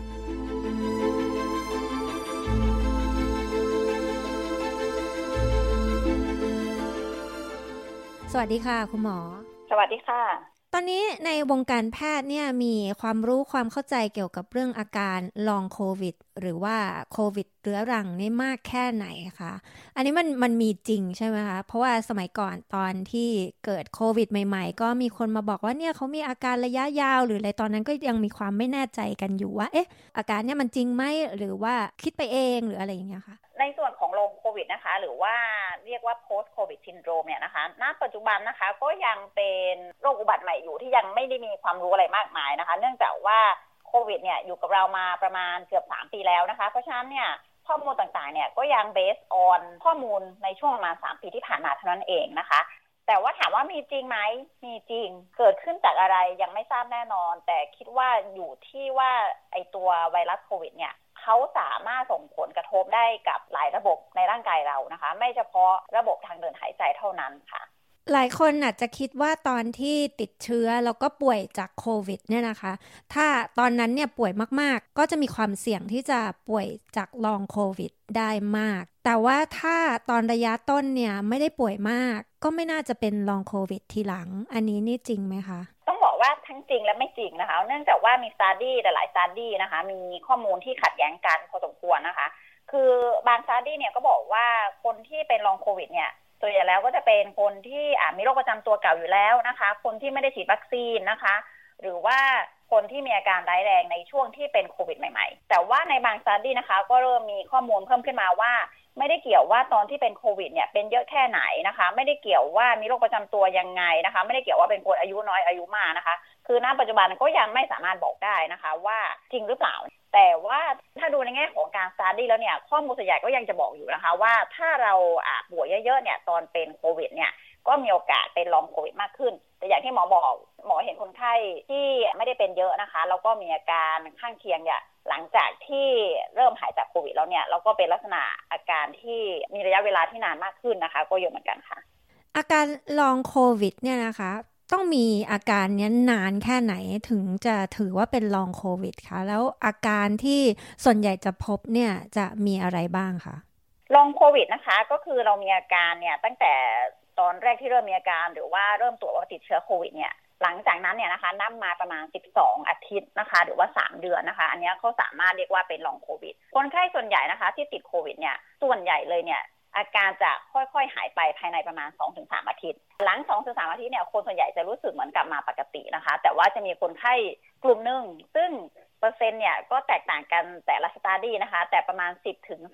สวัสดีค่ะคุณหมอสวัสดีค่ะตอนนี้ในวงการแพทย์เนี่ยมีความรู้ความเข้าใจเกี่ยวกับเรื่องอาการลองโควิดหรือว่าโควิดเรื้อรังนี่มากแค่ไหนคะอันนี้มันมีจริงใช่ไหมคะเพราะว่าสมัยก่อนตอนที่เกิดโควิดใหม่ๆก็มีคนมาบอกว่าเนี่ยเขามีอาการระยะยาวหรืออะไรตอนนั้นก็ยังมีความไม่แน่ใจกันอยู่ว่าเอ๊ะอาการเนี่ยมันจริงไหมหรือว่าคิดไปเองหรืออะไรอย่างเงี้ยค่ะในส่วนของลองโควิดนะคะหรือว่าเรียกว่า post covid syndrome เนี่ยนะคะณปัจจุบันนะคะก็ยังเป็นโรคอุบัติใหม่อยู่ที่ยังไม่ได้มีความรู้อะไรมากมายนะคะเนื่องจากว่าโควิดเนี่ยอยู่กับเรามาประมาณเกือบ3ปีแล้วนะคะเพราะฉะนั้นเนี่ยข้อมูลต่างๆเนี่ยก็ยัง based on ข้อมูลในช่วงประมาณ3ปีที่ผ่านมาเท่านั้นเองนะคะแต่ว่าถามว่ามีจริงไหมมีจริงเกิดขึ้นจากอะไรยังไม่ทราบแน่นอนแต่คิดว่าอยู่ที่ว่าไอตัวไวรัสโควิดเนี่ยเขาสามารถส่งผลกระทบได้กับหลายระบบในร่างกายเรานะคะไม่เฉพาะระบบทางเดินหายใจเท่านั้นค่ะหลายคนอาจจะคิดว่าตอนที่ติดเชื้อแล้วก็ป่วยจากโควิดเนี่ยนะคะถ้าตอนนั้นเนี่ยป่วยมากๆก็จะมีความเสี่ยงที่จะป่วยจากลองโควิดได้มากแต่ว่าถ้าตอนระยะต้นเนี่ยไม่ได้ป่วยมากก็ไม่น่าจะเป็นลองโควิดทีหลังอันนี้นี่จริงไหมคะต้องบอกว่าทั้งจริงและไม่จริงนะคะเนื่องจากว่ามี study หลาย study นะคะมีข้อมูลที่ขัดแย้งกันพอสมควรนะคะคือบาง study เนี่ยก็บอกว่าคนที่เป็นลองโควิดเนี่ยส่วนใหญ่แล้วก็จะเป็นคนที่มีโรคประจำตัวเก่าอยู่แล้วนะคะคนที่ไม่ได้ฉีดวัคซีนนะคะหรือว่าคนที่มีอาการร้ายแรงในช่วงที่เป็นโควิดใหม่ๆแต่ว่าในบาง study นะคะก็เริ่มมีข้อมูลเพิ่มขึ้นมาว่าไม่ได้เกี่ยวว่าตอนที่เป็นโควิดเนี่ยเป็นเยอะแค่ไหนนะคะไม่ได้เกี่ยวว่ามีโรคประจำตัวยังไงนะคะไม่ได้เกี่ยวว่าเป็นคนอายุน้อยอายุมากนะคะคือณปัจจุบันก็ยังไม่สามารถบอกได้นะคะว่าจริงหรือเปล่าแต่ว่าถ้าดูในแง่ของการสตาร์ดี้แล้วเนี่ยข้อมูลส่วนใหญ่ก็ยังจะบอกอยู่นะคะว่าถ้าเราป่วยเยอะๆเนี่ยตอนเป็นโควิดเนี่ยก็มีโอกาสเป็นลองโควิดมากขึ้นแต่อย่างที่หมอบอกหมอเห็นคนไข้ที่ไม่ได้เป็นเยอะนะคะแล้วก็มีอาการข้างเคียงเนี่ยหลังจากที่เริ่มหายจากโควิดแล้วเนี่ยแล้วก็เป็นลักษณะอาการที่มีระยะเวลาที่นานมากขึ้นนะคะก็เยอะเหมือนกันค่ะอาการลองโควิดเนี่ยนะคะต้องมีอาการนี้นานแค่ไหนถึงจะถือว่าเป็นลองโควิดคะแล้วอาการที่ส่วนใหญ่จะพบเนี่ยจะมีอะไรบ้างคะลองโควิดนะคะก็คือเรามีอาการเนี่ยตั้งแต่ตอนแรกที่เริ่มมีอาการหรือว่าเริ่มตรวจว่าติดเชื้อโควิดเนี่ยหลังจากนั้นเนี่ยนะคะนับมาประมาณ12อาทิตย์นะคะหรือว่า3เดือนนะคะอันนี้เขาสามารถเรียกว่าเป็นลองโควิดคนไข้ส่วนใหญ่นะคะที่ติดโควิดเนี่ยส่วนใหญ่เลยเนี่ยอาการจะค่อยๆหายไปภายในประมาณ 2-3 อาทิตย์หลัง 2-3 อาทิตย์เนี่ยคนส่วนใหญ่จะรู้สึกเหมือนกลับมาปกตินะคะแต่ว่าจะมีคนไข้กลุ่มนึงซึ่งเปอร์เซ็นต์เนี่ยก็แตกต่างกันแต่ละสตาดี้นะคะแต่ประมาณ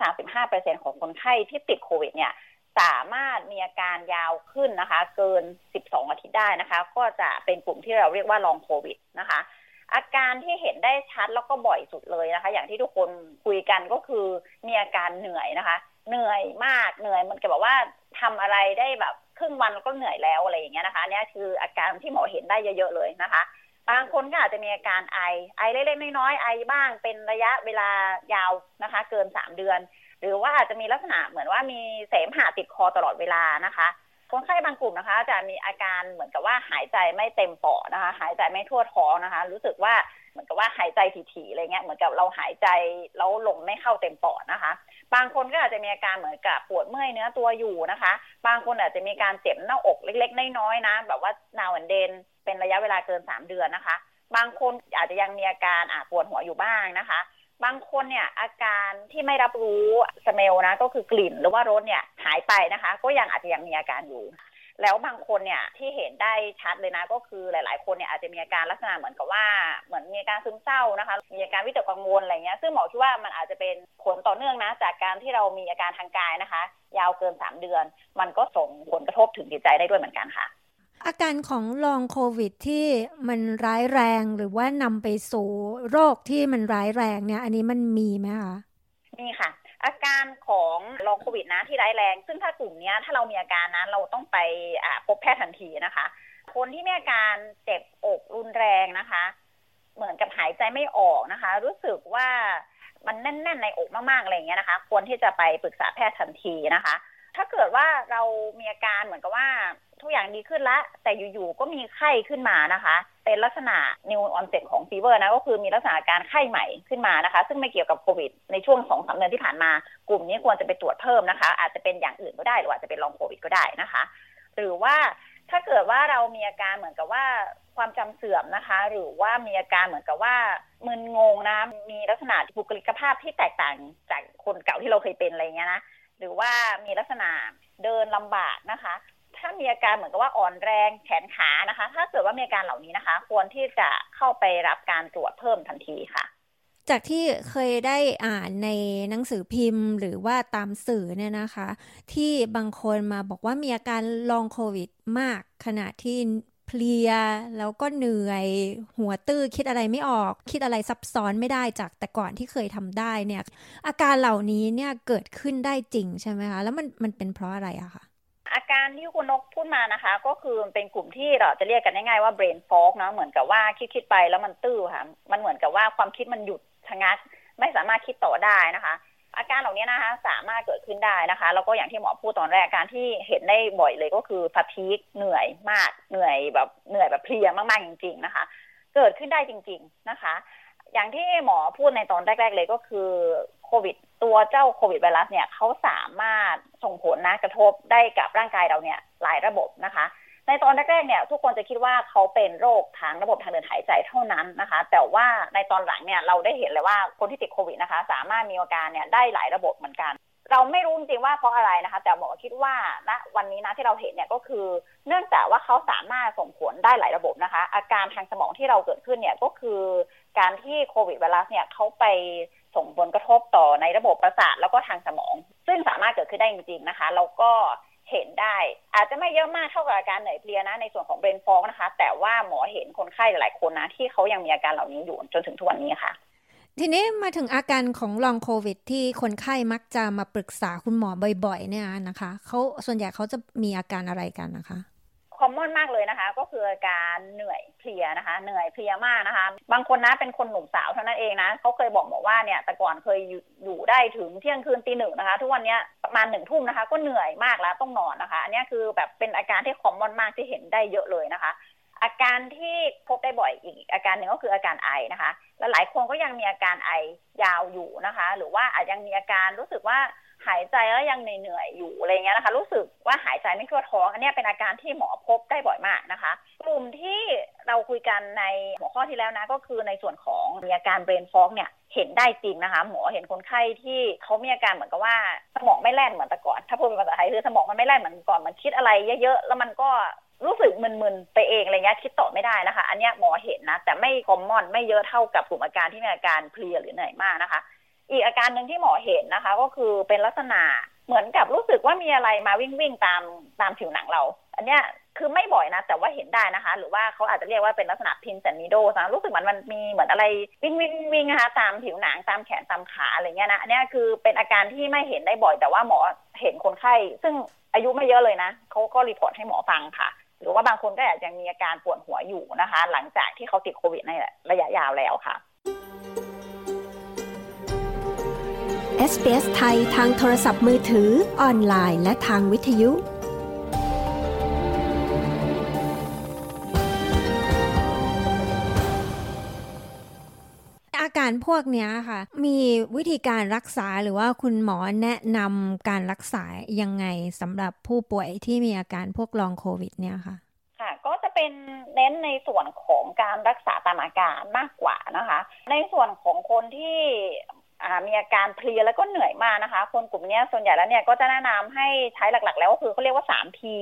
10-35% ของคนไข้ที่ติดโควิดเนี่ยสามารถมีอาการยาวขึ้นนะคะเกิน12อาทิตย์ได้นะคะก็จะเป็นกลุ่มที่เราเรียกว่าลองโควิดนะคะอาการที่เห็นได้ชัดแล้วก็บ่อยสุดเลยนะคะอย่างที่ทุกคนคุยกันก็คือมีอาการเหนื่อยนะคะเหนื่อยมากเหนื่อยมันก็แบบว่าทำอะไรได้แบบครึ่งวันก็เหนื่อยแล้วอะไรอย่างเงี้ยนะคะนี่คืออาการที่หมอเห็นได้เยอะๆเลยนะคะบางคนก็อาจจะมีอาการไอเล็กๆน้อยๆไอบ้างเป็นระยะเวลายาวนะคะเกิน3เดือนหรือว่าอาจจะมีลักษณะเหมือนว่ามีเสมหะติดคอตลอดเวลานะคะคนไข้บางกลุ่มนะคะจะมีอาการเหมือนกับว่าหายใจไม่เต็มปอดนะคะหายใจไม่ทั่วท้องนะคะรู้สึกว่าเหมือนกับว่าหายใจถี่ๆอะไรเงี้ยเหมือนกับเราหายใจแล้วลมไม่เข้าเต็มปอดนะคะบางคนก็อาจจะมีอาการเหมือนกับปวดเมื่อยเนื้อตัวอยู่นะคะบางคนอาจจะมีการเจ็บหน้าอกเล็กๆน้อยๆนะแบบว่าnow and thenเป็นระยะเวลาเกิน3เดือนนะคะบางคนอาจจะยังมีอาการปวดหัวอยู่บ้างนะคะบางคนเนี่ยอาการที่ไม่รับรู้สเมลนะก็คือกลิ่นหรือว่ารสเนี่ยหายไปนะคะก็ยังอาจจะยังมีอาการอยู่แล้วบางคนเนี่ยที่เห็นได้ชัดเลยนะก็คือหลายๆคนเนี่ยอาจจะมีอาการลักษณะเหมือนกับว่าเหมือนมีอาการซึมเศร้านะคะมีอาการวิตกกังวลอะไรเงี้ยซึ่งหมอคิดว่ามันอาจจะเป็นผลต่อเนื่องนะจากการที่เรามีอาการทางกายนะคะยาวเกิน3 เดือนมันก็ส่งผลกระทบถึงจิตใจได้ด้วยเหมือนกันค่ะอาการของลองโควิดที่มันร้ายแรงหรือว่านำไปสู่โรคที่มันร้ายแรงเนี่ยอันนี้มันมีไหมคะมีค่ะอาการของลองโควิดนะที่ร้ายแรงซึ่งถ้ากลุ่มนี้ถ้าเรามีอาการนั้นเราต้องไปพบแพทย์ทันทีนะคะคนที่มีอาการเจ็บอกรุนแรงนะคะเหมือนกับหายใจไม่ออกนะคะรู้สึกว่ามันแน่นๆในอกมากๆอะไรอย่างเงี้ยนะคะควรที่จะไปปรึกษาแพทย์ทันทีนะคะถ้าเกิดว่าเรามีอาการเหมือนกับว่าทุกอย่างดีขึ้นแล้วแต่อยู่ๆก็มีไข้ขึ้นมานะคะเป็นลักษณะ new onset ของฟีเวอร์นะก็คือมีลักษณะการไข้ใหม่ขึ้นมานะคะซึ่งไม่เกี่ยวกับโควิดในช่วง 2-3 เดือนที่ผ่านมากลุ่มนี้ควรจะไปตรวจเพิ่มนะคะอาจจะเป็นอย่างอื่นก็ได้หรืออาจจะเป็นลองโควิดก็ได้นะคะหรือว่าถ้าเกิดว่าเรามีอาการเหมือนกับว่าความจำเสื่อมนะคะหรือว่ามีอาการเหมือนกับว่ามึนงงนะมีลักษณะบุคลิกภาพที่แตกต่างจากคนเก่าที่เราเคยเป็นอะไรเงี้ยนะหรือว่ามีลักษณะเดินลำบากนะคะถ้ามีอาการเหมือนกับว่าอ่อนแรงแขนขานะคะถ้าเกิดว่ามีอาการเหล่านี้นะคะควรที่จะเข้าไปรับการตรวจเพิ่มทันทีค่ะจากที่เคยได้อ่านในหนังสือพิมพ์หรือว่าตามสื่อเนี่ยนะคะที่บางคนมาบอกว่ามีอาการลองโควิดมากขณะที่เพลียแล้วก็เหนื่อยหัวตื้อคิดอะไรไม่ออกคิดอะไรซับซ้อนไม่ได้จากแต่ก่อนที่เคยทำได้เนี่ยอาการเหล่านี้เนี่ยเกิดขึ้นได้จริงใช่ไหมคะแล้วมันเป็นเพราะอะไรอะคะอาการที่คุณนกพูดมานะคะก็คือเป็นกลุ่มที่เราจะเรียกกันง่ายๆว่า brain fog นะเหมือนกับว่าคิดไปแล้วมันตื้อค่ะมันเหมือนกับว่าความคิดมันหยุดชะงักไม่สามารถคิดต่อได้นะคะอาการเหล่านี้นะคะสามารถเกิดขึ้นได้นะคะแล้วก็อย่างที่หมอพูดตอนแรกการที่เห็นได้บ่อยเลยก็คือ fatigue เหนื่อยมากเหนื่อยแบบเพลียมากๆจริงๆนะคะเกิดขึ้นได้จริงๆนะคะอย่างที่หมอพูดในตอนแรกๆเลยก็คือโควิดตัวเจ้าโควิดไวรัสเนี่ยเขาสามารถส่งผลนะกระทบได้กับร่างกายเราเนี่ยหลายระบบนะคะในตอนแรกๆเนี่ยทุกคนจะคิดว่าเขาเป็นโรคทางระบบทางเดินหายใจเท่านั้นนะคะแต่ว่าในตอนหลังเนี่ยเราได้เห็นเลยว่าคนที่ติดโควิดนะคะสามารถมีอาการเนี่ยได้หลายระบบเหมือนกันเราไม่รู้จริงๆว่าเพราะอะไรนะคะแต่หมอคิดว่าณวันนี้นะที่เราเห็นเนี่ยก็คือเนื่องจากว่าเขาสามารถส่งผลได้หลายระบบนะคะอาการทางสมองที่เราเกิดขึ้นเนี่ยก็คือการที่โควิดไวรัสเนี่ยเขาไปส่งผลกระทบต่อในระบบประสาทแล้วก็ทางสมองซึ่งสามารถเกิดขึ้นได้จริงๆนะคะแล้วก็เห็นได้อาจจะไม่เยอะมากเท่ากับอาการเหนื่อยเพลียนะในส่วนของ brain fog นะคะแต่ว่าหมอเห็นคนไข้หลายๆคนนะที่เขายังมีอาการเหล่านี้อยู่จนถึงทุกวันนี้ค่ะทีนี้มาถึงอาการของลองโควิดที่คนไข้มักจะมาปรึกษาคุณหมอบ่อยๆเนี่ยนะคะเขาส่วนใหญ่เขาจะมีอาการอะไรกันนะคะคอมมอนมากเลยนะคะก็คืออาการเหนื่อยเพลียนะคะเหนื่อยเพลียมากนะคะบางคนนะเป็นคนหนุ่มสาวเท่านั้นเองนะเขาเคยบอกว่าเนี่ยแต่ก่อนเคยอยู่ได้ถึงเที่ยงคืนตี 1นะคะทุกวันนี้ประมาณ 1 ทุ่มนะคะก็เหนื่อยมากแล้วต้องนอนนะคะอันนี้คือแบบเป็นอาการที่คอมมอนมากที่เห็นได้เยอะเลยนะคะอาการที่พบได้บ่อยอีกอาการหนึ่งก็คืออาการไอนะคะและหลายคนก็ยังมีอาการไอยาวอยู่นะคะหรือว่าอาจยังมีอาการรู้สึกว่าหายใจแล้วยังเหนื่อยอยู่อะไรเงี้ยนะคะรู้สึกว่าหายใจไม่ทั่วท้องอันนี้เป็นอาการที่หมอพบได้บ่อยมากนะคะกลุ่มที่เราคุยกันในหัวข้อที่แล้วนะก็คือในส่วนของมีอาการ brain fog เนี่ยเห็นได้จริงนะคะหมอเห็นคนไข้ที่เขามีอาการเหมือนกับว่าสมองไม่แล่นเหมือนแต่ก่อนถ้าพูดเป็นภาษาไทยคือสมองมันไม่แล่นเหมือนก่อนมันคิดอะไรเยอะๆแล้วมันก็รู้สึกมึนๆไปเองอะไรเงี้ยคิดต่อไม่ได้นะคะอันนี้หมอเห็นนะแต่ไม่คอมมอนไม่เยอะเท่ากับกลุ่มอาการที่มีอาการเพลียหรือเหนื่อยมากนะคะอีกอาการหนึ่งที่หมอเห็นนะคะก็คือเป็นลักษณะเหมือนกับรู้สึกว่ามีอะไรมาวิ่งตามผิวหนังเราอันเนี้ยคือไม่บ่อยนะแต่ว่าเห็นได้นะคะหรือว่าเขาอาจจะเรียกว่าเป็นลักษณะพินแซนนิโดนะรู้สึกมันมีเหมือนอะไรวิ่งนะคะตามผิวหนังตามแขนตามขาอะไรเงี้ยนะอันนี้คือเป็นอาการที่ไม่เห็นได้บ่อยแต่ว่าหมอเห็นคนไข้ซึ่งอายุไม่เยอะเลยนะเขาก็รีพอร์ตให้หมอฟังค่ะหรือว่าบางคนก็อาจจะมีอาการปวดหัวอยู่นะคะหลังจากที่เขาติดโควิดในระยะยาวแล้วค่ะ SBS ไทยทางโทรศัพท์มือถือออนไลน์และทางวิทยุอาการพวกนี้ค่ะมีวิธีการรักษาหรือว่าคุณหมอแนะนำการรักษายังไงสำหรับผู้ป่วยที่มีอาการพวกลองโควิดเนี่ยค่ะค่ะก็จะเป็นเน้นในส่วนของการรักษาตามอาการมากกว่านะคะในส่วนของคนที่มีอาการเพลียแล้วก็เหนื่อยมากนะคะคนกลุ่มนี้ส่วนใหญ่แล้วเนี่ยก็จะแนะนำให้ใช้หลักๆแล้วก็คือเขาเรียกว่า 3P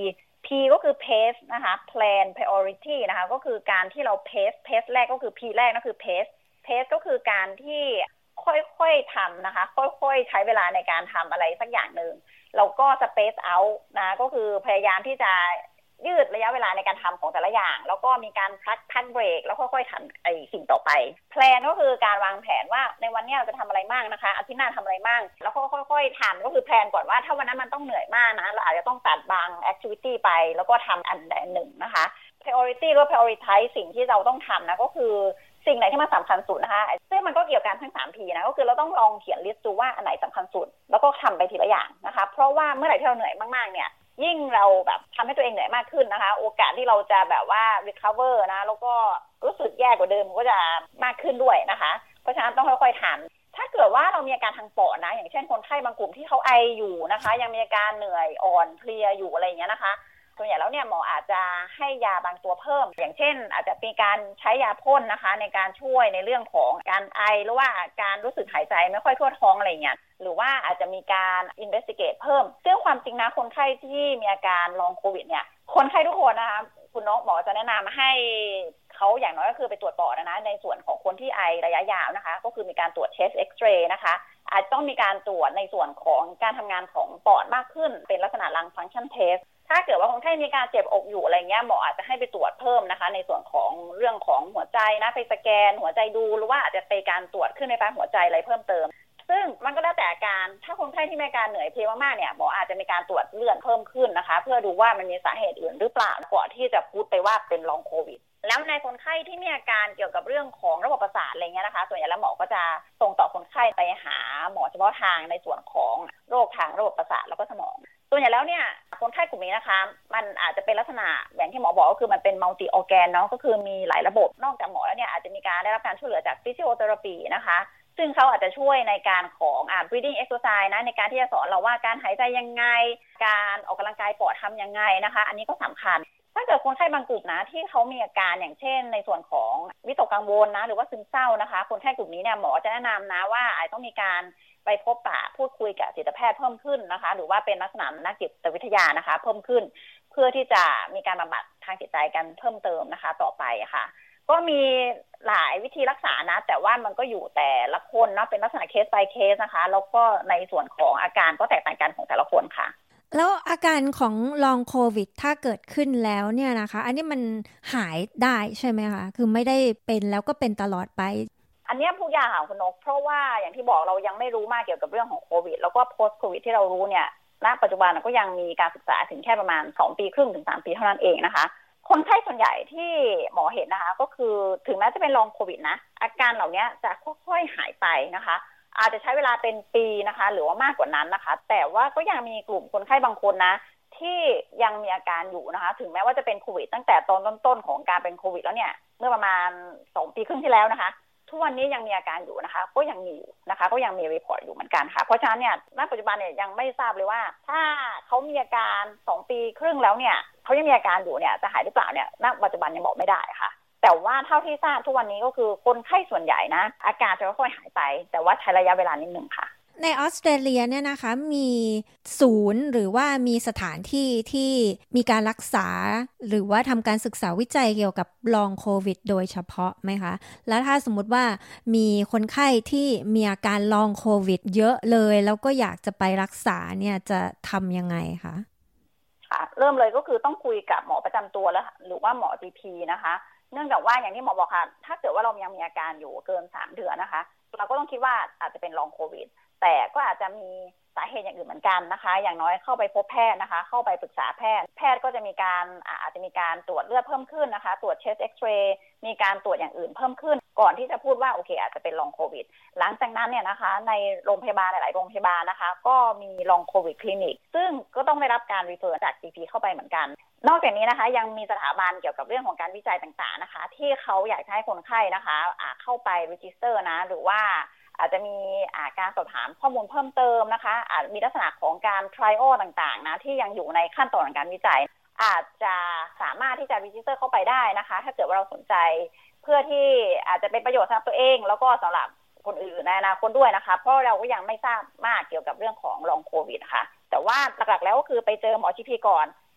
P ก็คือ pace นะคะ plan priority นะคะก็คือการที่เรา pace แรกก็คือ P แรกก็คือ pace ก็คือการที่ค่อยๆทำนะคะค่อยๆใช้เวลาในการทำอะไรสักอย่างหนึ่งแล้วก็ space out นะก็คือพยายามที่จะยืดระยะเวลาในการทำของแต่ละอย่างแล้วก็มีการพักเบรกแล้วค่อยๆทำไอ้สิ่งต่อไปแพลนก็คือการวางแผนว่าในวันนี้เราจะทำอะไรบ้างนะคะอาทิตย์หน้าทำอะไรบ้างแล้วก็ค่อยๆทำก็คือแพลนก่อนว่าถ้าวันนั้นมันต้องเหนื่อยมากนะเราอาจจะต้องตัดบางแอคทิวิตี้ไปแล้วก็ทำอันใดหนึ่งนะคะ priority หรือ prioritize สิ่งที่เราต้องทำนะก็คือสิ่งไหนที่มันสำคัญสุดนะคะซึ่งมันก็เกี่ยวกันทั้ง 3P นะก็คือเราต้องลองเขียนลิสต์ดูว่าอันไหนสำคัญสุดแล้วก็ทำไปทีละอย่างนะคะเพราะว่าเมื่อไหร่ที่เราเหนื่อยมากๆเนี่ยยิ่งเราแบบทำให้ตัวเองเหนื่อยมากขึ้นนะคะโอกาสที่เราจะแบบว่า recover นะแล้วก็รู้สึกแย่กว่าเดิมก็จะมากขึ้นด้วยนะคะเพราะฉะนั้นต้องค่อยๆทำถ้าเกิดว่าเรามีอาการทางปอดนะอย่างเช่นคนไข้บางกลุ่มที่เขาไออยู่นะคะยังมีอาการเหนื่อยอ่อนเพลียอยู่อะไรอย่างเงี้ยนะคะส่วนใหญ่แล้วเนี่ยหมออาจจะให้ยาบางตัวเพิ่มอย่างเช่นอาจจะมีการใช้ยาพ่นนะคะในการช่วยในเรื่องของการไอหรือว่าการรู้สึกหายใจไม่ค่อยทั่วท้องอะไรเงี้ยหรือว่าอาจจะมีการ investigate เพิ่มซึ่งความจริงนะคนไข้ที่มีอาการลองโควิดเนี่ยคนไข้ทุกคนนะคะคุณนกหมอจะแนะนำให้เขาอย่างน้อยก็คือไปตรวจปอดนะในส่วนของคนที่ไอระยะยาวนะคะก็คือมีการตรวจ chest x-ray นะคะอาจจะต้องมีการตรวจในส่วนของการทำงานของปอดมากขึ้นเป็นลักษณะ lung function testถ้าเกิดว่าคนไข้มีการเจ็บอกอยู่อะไรเงี้ยหมออาจจะให้ไปตรวจเพิ่มนะคะในส่วนของเรื่องของหัวใจนะไปสแกนหัวใจดูหรือว่าอาจจะไปการตรวจขึ้นในปลายหัวใจอะไรเพิ่มเติมซึ่งมันก็แล้วแต่อาการถ้าคนไข้ที่มีอาการเหนื่อยเพลียมากๆเนี่ยหมออาจจะมีการตรวจเลือดเพิ่มขึ้นนะคะเพื่อดูว่ามันมีสาเหตุอื่นหรือเปล่าก่อนที่จะพูดไปว่าเป็นลองโควิดแล้วในคนไข้ที่มีอาการเกี่ยวกับเรื่องของระบบประสาทอะไรเงี้ยนะคะส่วนใหญ่แล้วหมอก็จะส่งต่อคนไข้ไปหาหมอเฉพาะทางในส่วนของโรคทางระบบประสาทแล้วก็สมองส่วนใหญ่แล้วเนี่ยคนไข้กลุ่มนี้นะคะมันอาจจะเป็นลักษณะอย่างที่หมอบอกก็คือมันเป็นมัลติออร์แกนเนาะก็คือมีหลายระบบนอกจากหมอแล้วเนี่ยอาจจะมีการได้รับการช่วยเหลือจากฟิสิโอเทอราปีนะคะซึ่งเขาอาจจะช่วยในการของbreathing exercise นะในการที่จะสอนเราว่าการหายใจยังไงการออกกำลังกายปอดทำยังไงนะคะอันนี้ก็สำคัญถ้าเกิดคนไข้บางกลุ่มนะที่เขามีอาการอย่างเช่นในส่วนของวิตกกังวลนะหรือว่าซึมเศร้านะคะคนไข้กลุ่มนี้เนี่ยหมอจะแนะนำนะว่าอาจต้องมีการไปพบปะพูดคุยกับจิตแพทย์เพิ่มขึ้นนะคะหรือว่าเป็นลักษณะนักจิตวิทยานะคะเพิ่มขึ้นเพื่อที่จะมีการบำบัดทางจิตใจกันเพิ่มเติมนะคะต่อไปค่ะก็มีหลายวิธีรักษานะแต่ว่ามันก็อยู่แต่ละคนนะเป็นลักษณะเคส by เคสนะคะแล้วก็ในส่วนของอาการก็แตกต่างกันของแต่ละคนค่ะแล้วอาการของลองโควิดถ้าเกิดขึ้นแล้วเนี่ยนะคะอันนี้มันหายได้ใช่ไหมคะคือไม่ได้เป็นแล้วก็เป็นตลอดไปอันนี้ผู้ยาค่ะคุณนกเพราะว่าอย่างที่บอกเรายังไม่รู้มากเกี่ยวกับเรื่องของโควิดแล้วก็ post โควิดที่เรารู้เนี่ยณปัจจุบันก็ยังมีการศึกษาถึงแค่ประมาณ2 ปีครึ่งถึง3 ปีเท่านั้นเองนะคะคนไข้ส่วนใหญ่ที่หมอเห็นนะคะก็คือถึงแม้จะเป็นลองโควิดนะอาการเหล่านี้จะค่อยๆหายไปนะคะอาจจะใช้เวลาเป็นปีนะคะหรือว่ามากกว่านั้นนะคะแต่ว่าก็ยังมีกลุ่มคนไข้บางคนนะที่ยังมีอาการอยู่นะคะถึงแม้ว่าจะเป็นโควิดตั้งแต่ตอนต้นๆของการเป็นโควิดแล้วเนี่ยเมื่อประมาณ2 ปีครึ่งที่แล้วนะคะทุกวันนี้ยังมีอาการอยู่นะคะก็ยังมีอยู่นะคะก็ยังมีรีพอร์ตอยู่เหมือนกันค่ะเพราะฉะนั้นเนี่ยณปัจจุบันเนี่ยยังไม่ทราบเลยว่าถ้าเขามีอาการ2 ปีครึ่งแล้วเนี่ยเขายังมีอาการอยู่เนี่ยจะหายหรือเปล่าเนี่ยณปัจจุบันยังบอกไม่ได้ค่ะแต่ว่าเท่าที่ทราบทุกวันนี้ก็คือคนไข้ส่วนใหญ่นะอาการจะค่อยๆหายไปแต่ว่าใช้ระยะเวลานิดนึงค่ะในออสเตรเลียเนี่ยนะคะมีศูนย์หรือว่ามีสถานที่ที่มีการรักษาหรือว่าทำการศึกษาวิจัยเกี่ยวกับลองโควิดโดยเฉพาะไหมคะแล้วถ้าสมมุติว่ามีคนไข้ที่มีอาการลองโควิดเยอะเลยแล้วก็อยากจะไปรักษาเนี่ยจะทำยังไงคะค่ะเริ่มเลยก็คือต้องคุยกับหมอประจำตัวแล้วหรือว่าหมอ GP นะคะเนื่องจากว่าอย่างที่หมอบอกค่ะถ้าเกิดว่าเรายังมีอาการอยู่เกิน3 เดือนนะคะเราก็ต้องคิดว่าอาจจะเป็นลองโควิดแต่ก็อาจจะมีสาเหตุอย่างอื่นเหมือนกันนะคะอย่างน้อยเข้าไปพบแพทย์นะคะเข้าไปปรึกษาแพทย์ก็จะมีการอาจจะมีการตรวจเลือดเพิ่มขึ้นนะคะตรวจ chest x-ray มีการตรวจอย่างอื่นเพิ่มขึ้นก่อนที่จะพูดว่าโอเคอาจจะเป็นลองโควิดหลังจากนั้นเนี่ยนะคะในโรงพยาบาลหลายๆโรงพยาบาลนะคะก็มีลองโควิดคลินิกซึ่งก็ต้องได้รับการรีเฟอร์จาก GP เข้าไปเหมือนกันนอกจากนี้นะคะยังมีสถาบันเกี่ยวกับเรื่องของการวิจัยต่างๆนะคะที่เขาอยากให้คนไข้นะคะเข้าไปรีจิสเตอร์นะหรือว่าอาจจะมีการสอบถามข้อมูลเพิ่มเติมนะคะอาจมีลักษณะของการ trial ต่างๆนะที่ยังอยู่ในขั้นตอนของการวิจัยอาจจะสามารถที่จะรีจิสเตอร์เข้าไปได้นะคะถ้าเกิดว่าเราสนใจเพื่อที่อาจจะเป็นประโยชน์สำหรับตัวเองแล้วก็สำหรับคนอื่นในอนาคตด้วยนะคะเพราะเราก็ยังไม่ทราบมากเกี่ยวกับเรื่องของลองโควิดค่ะแต่ว่าหลักๆแล้วก็คือไปเจอหมอ GP ก่อน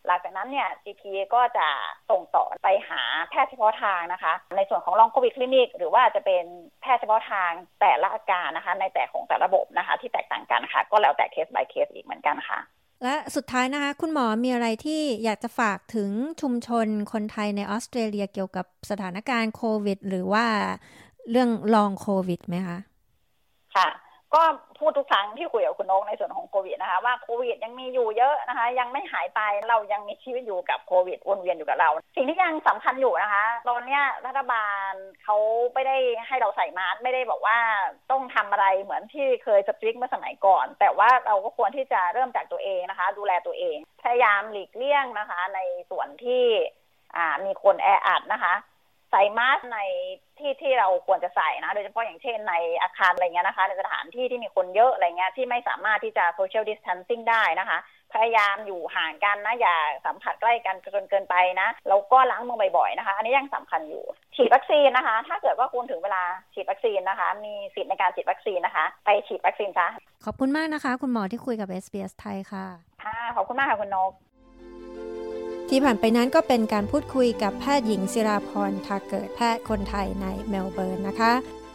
หลังจากนั้นเนี่ย GP ก็จะส่งต่อไปหาแพทย์เฉพาะทางนะคะในส่วนของ Long COVID Clinic หรือว่าจะเป็นแพทย์เฉพาะทางแต่ละอาการนะคะในแต่ของแต่ระบบนะคะที่แตกต่างกันค่ะก็แล้วแต่เคส by เคสอีกเหมือนกันค่ะและสุดท้ายนะคะคุณหมอมีอะไรที่อยากจะฝากถึงชุมชนคนไทยในออสเตรเลียเกี่ยวกับสถานการณ์โควิดหรือว่าเรื่องลองโควิดไหมคะค่ะก็พูดทุกครั้งที่คุยกับคุณนกในส่วนของโควิดนะคะว่าโควิดยังมีอยู่เยอะนะคะยังไม่หายไปเรายังมีชีวิตอยู่กับโควิดวนเวียนอยู่กับเราสิ่งที่ยังสำคัญอยู่นะคะตอนนี้รัฐบาลเขาไม่ได้ให้เราใส่มาสก์ไม่ได้บอกว่าต้องทำอะไรเหมือนที่เคยสตริกเมื่อสมัยก่อนแต่ว่าเราก็ควรที่จะเริ่มจากตัวเองนะคะดูแลตัวเองพยายามหลีกเลี่ยงนะคะในส่วนที่มีคนแออัดนะคะใส่มาสก์ในที่เราควรจะใส่นะโดยเฉพาะอย่างเช่นในอาคารอะไรเงี้ยนะคะในสถานที่ที่มีคนเยอะอะไรเงี้ยที่ไม่สามารถที่จะ social distancing ได้นะคะพยายามอยู่ห่างกันนะอย่าสัมผัสใกล้กันจนเกินไปนะแล้วก็ล้างมือบ่อยๆนะคะอันนี้ยังสำคัญอยู่ฉีดวัคซีนนะคะถ้าเกิดว่าคุณถึงเวลาฉีดวัคซีนนะคะมีสิทธิ์ในการฉีดวัคซีนนะคะไปฉีดวัคซีนซะขอบคุณมากนะคะคุณหมอที่คุยกับ SBS ไทยค่ะค่ะขอบคุณมากค่ะคุณนกที่ผ่านไปนั้นก็เป็นการพูดคุยกับแพทย์หญิงศิราพรทาเกิดแพทย์คนไทยในเมลเบิร์นนะคะ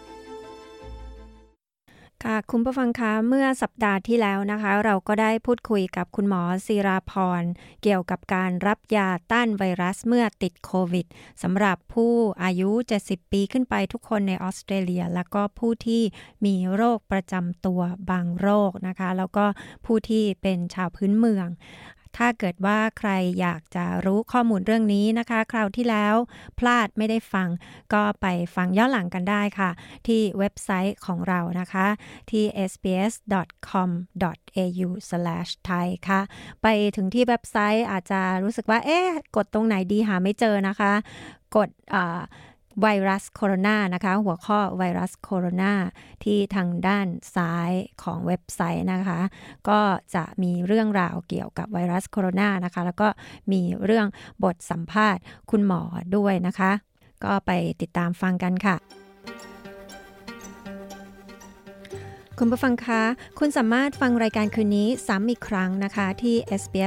ค่ะคุณผู้ฟังคะเมื่อสัปดาห์ที่แล้วนะคะเราก็ได้พูดคุยกับคุณหมอศิราพรเกี่ยวกับการรับยาต้านไวรัสเมื่อติดโควิดสำหรับผู้อายุ70ปีขึ้นไปทุกคนในออสเตรเลียแล้วก็ผู้ที่มีโรคประจำตัวบางโรคนะคะแล้วก็ผู้ที่เป็นชาวพื้นเมืองถ้าเกิดว่าใครอยากจะรู้ข้อมูลเรื่องนี้นะคะคราวที่แล้วพลาดไม่ได้ฟังก็ไปฟังย้อนหลังกันได้ค่ะที่เว็บไซต์ของเรานะคะที่ sbs.com.au/thai ค่ะไปถึงที่เว็บไซต์อาจจะรู้สึกว่ากดตรงไหนดีหาไม่เจอนะคะกดไวรัสโคโรนานะคะหัวข้อไวรัสโคโรนาที่ทางด้านซ้ายของเว็บไซต์นะคะก็จะมีเรื่องราวเกี่ยวกับไวรัสโคโรนานะคะแล้วก็มีเรื่องบทสัมภาษณ์คุณหมอด้วยนะคะก็ไปติดตามฟังกันค่ะคุณผู้ฟังคะคุณสามารถฟังรายการคืนนี้ซ้ำอีกครั้งนะคะที่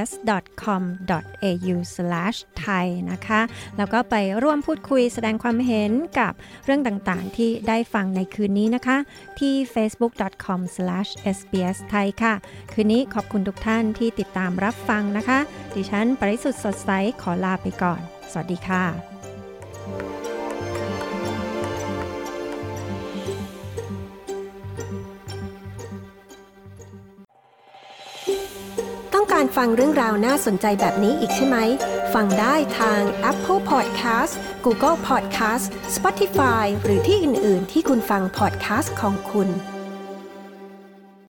sbs.com.au/thai นะคะแล้วก็ไปร่วมพูดคุยแสดงความเห็นกับเรื่องต่างๆที่ได้ฟังในคืนนี้นะคะที่ facebook.com/sbsthai ค่ะคืนนี้ขอบคุณทุกท่านที่ติดตามรับฟังนะคะดิฉันปริสุทธิ์สดใสขอลาไปก่อนสวัสดีค่ะต้องการฟังเรื่องราวน่าสนใจแบบนี้อีกใช่ไหมฟังได้ทาง Apple Podcast Google Podcast Spotify หรือที่อื่นๆที่คุณฟัง podcast ของคุณ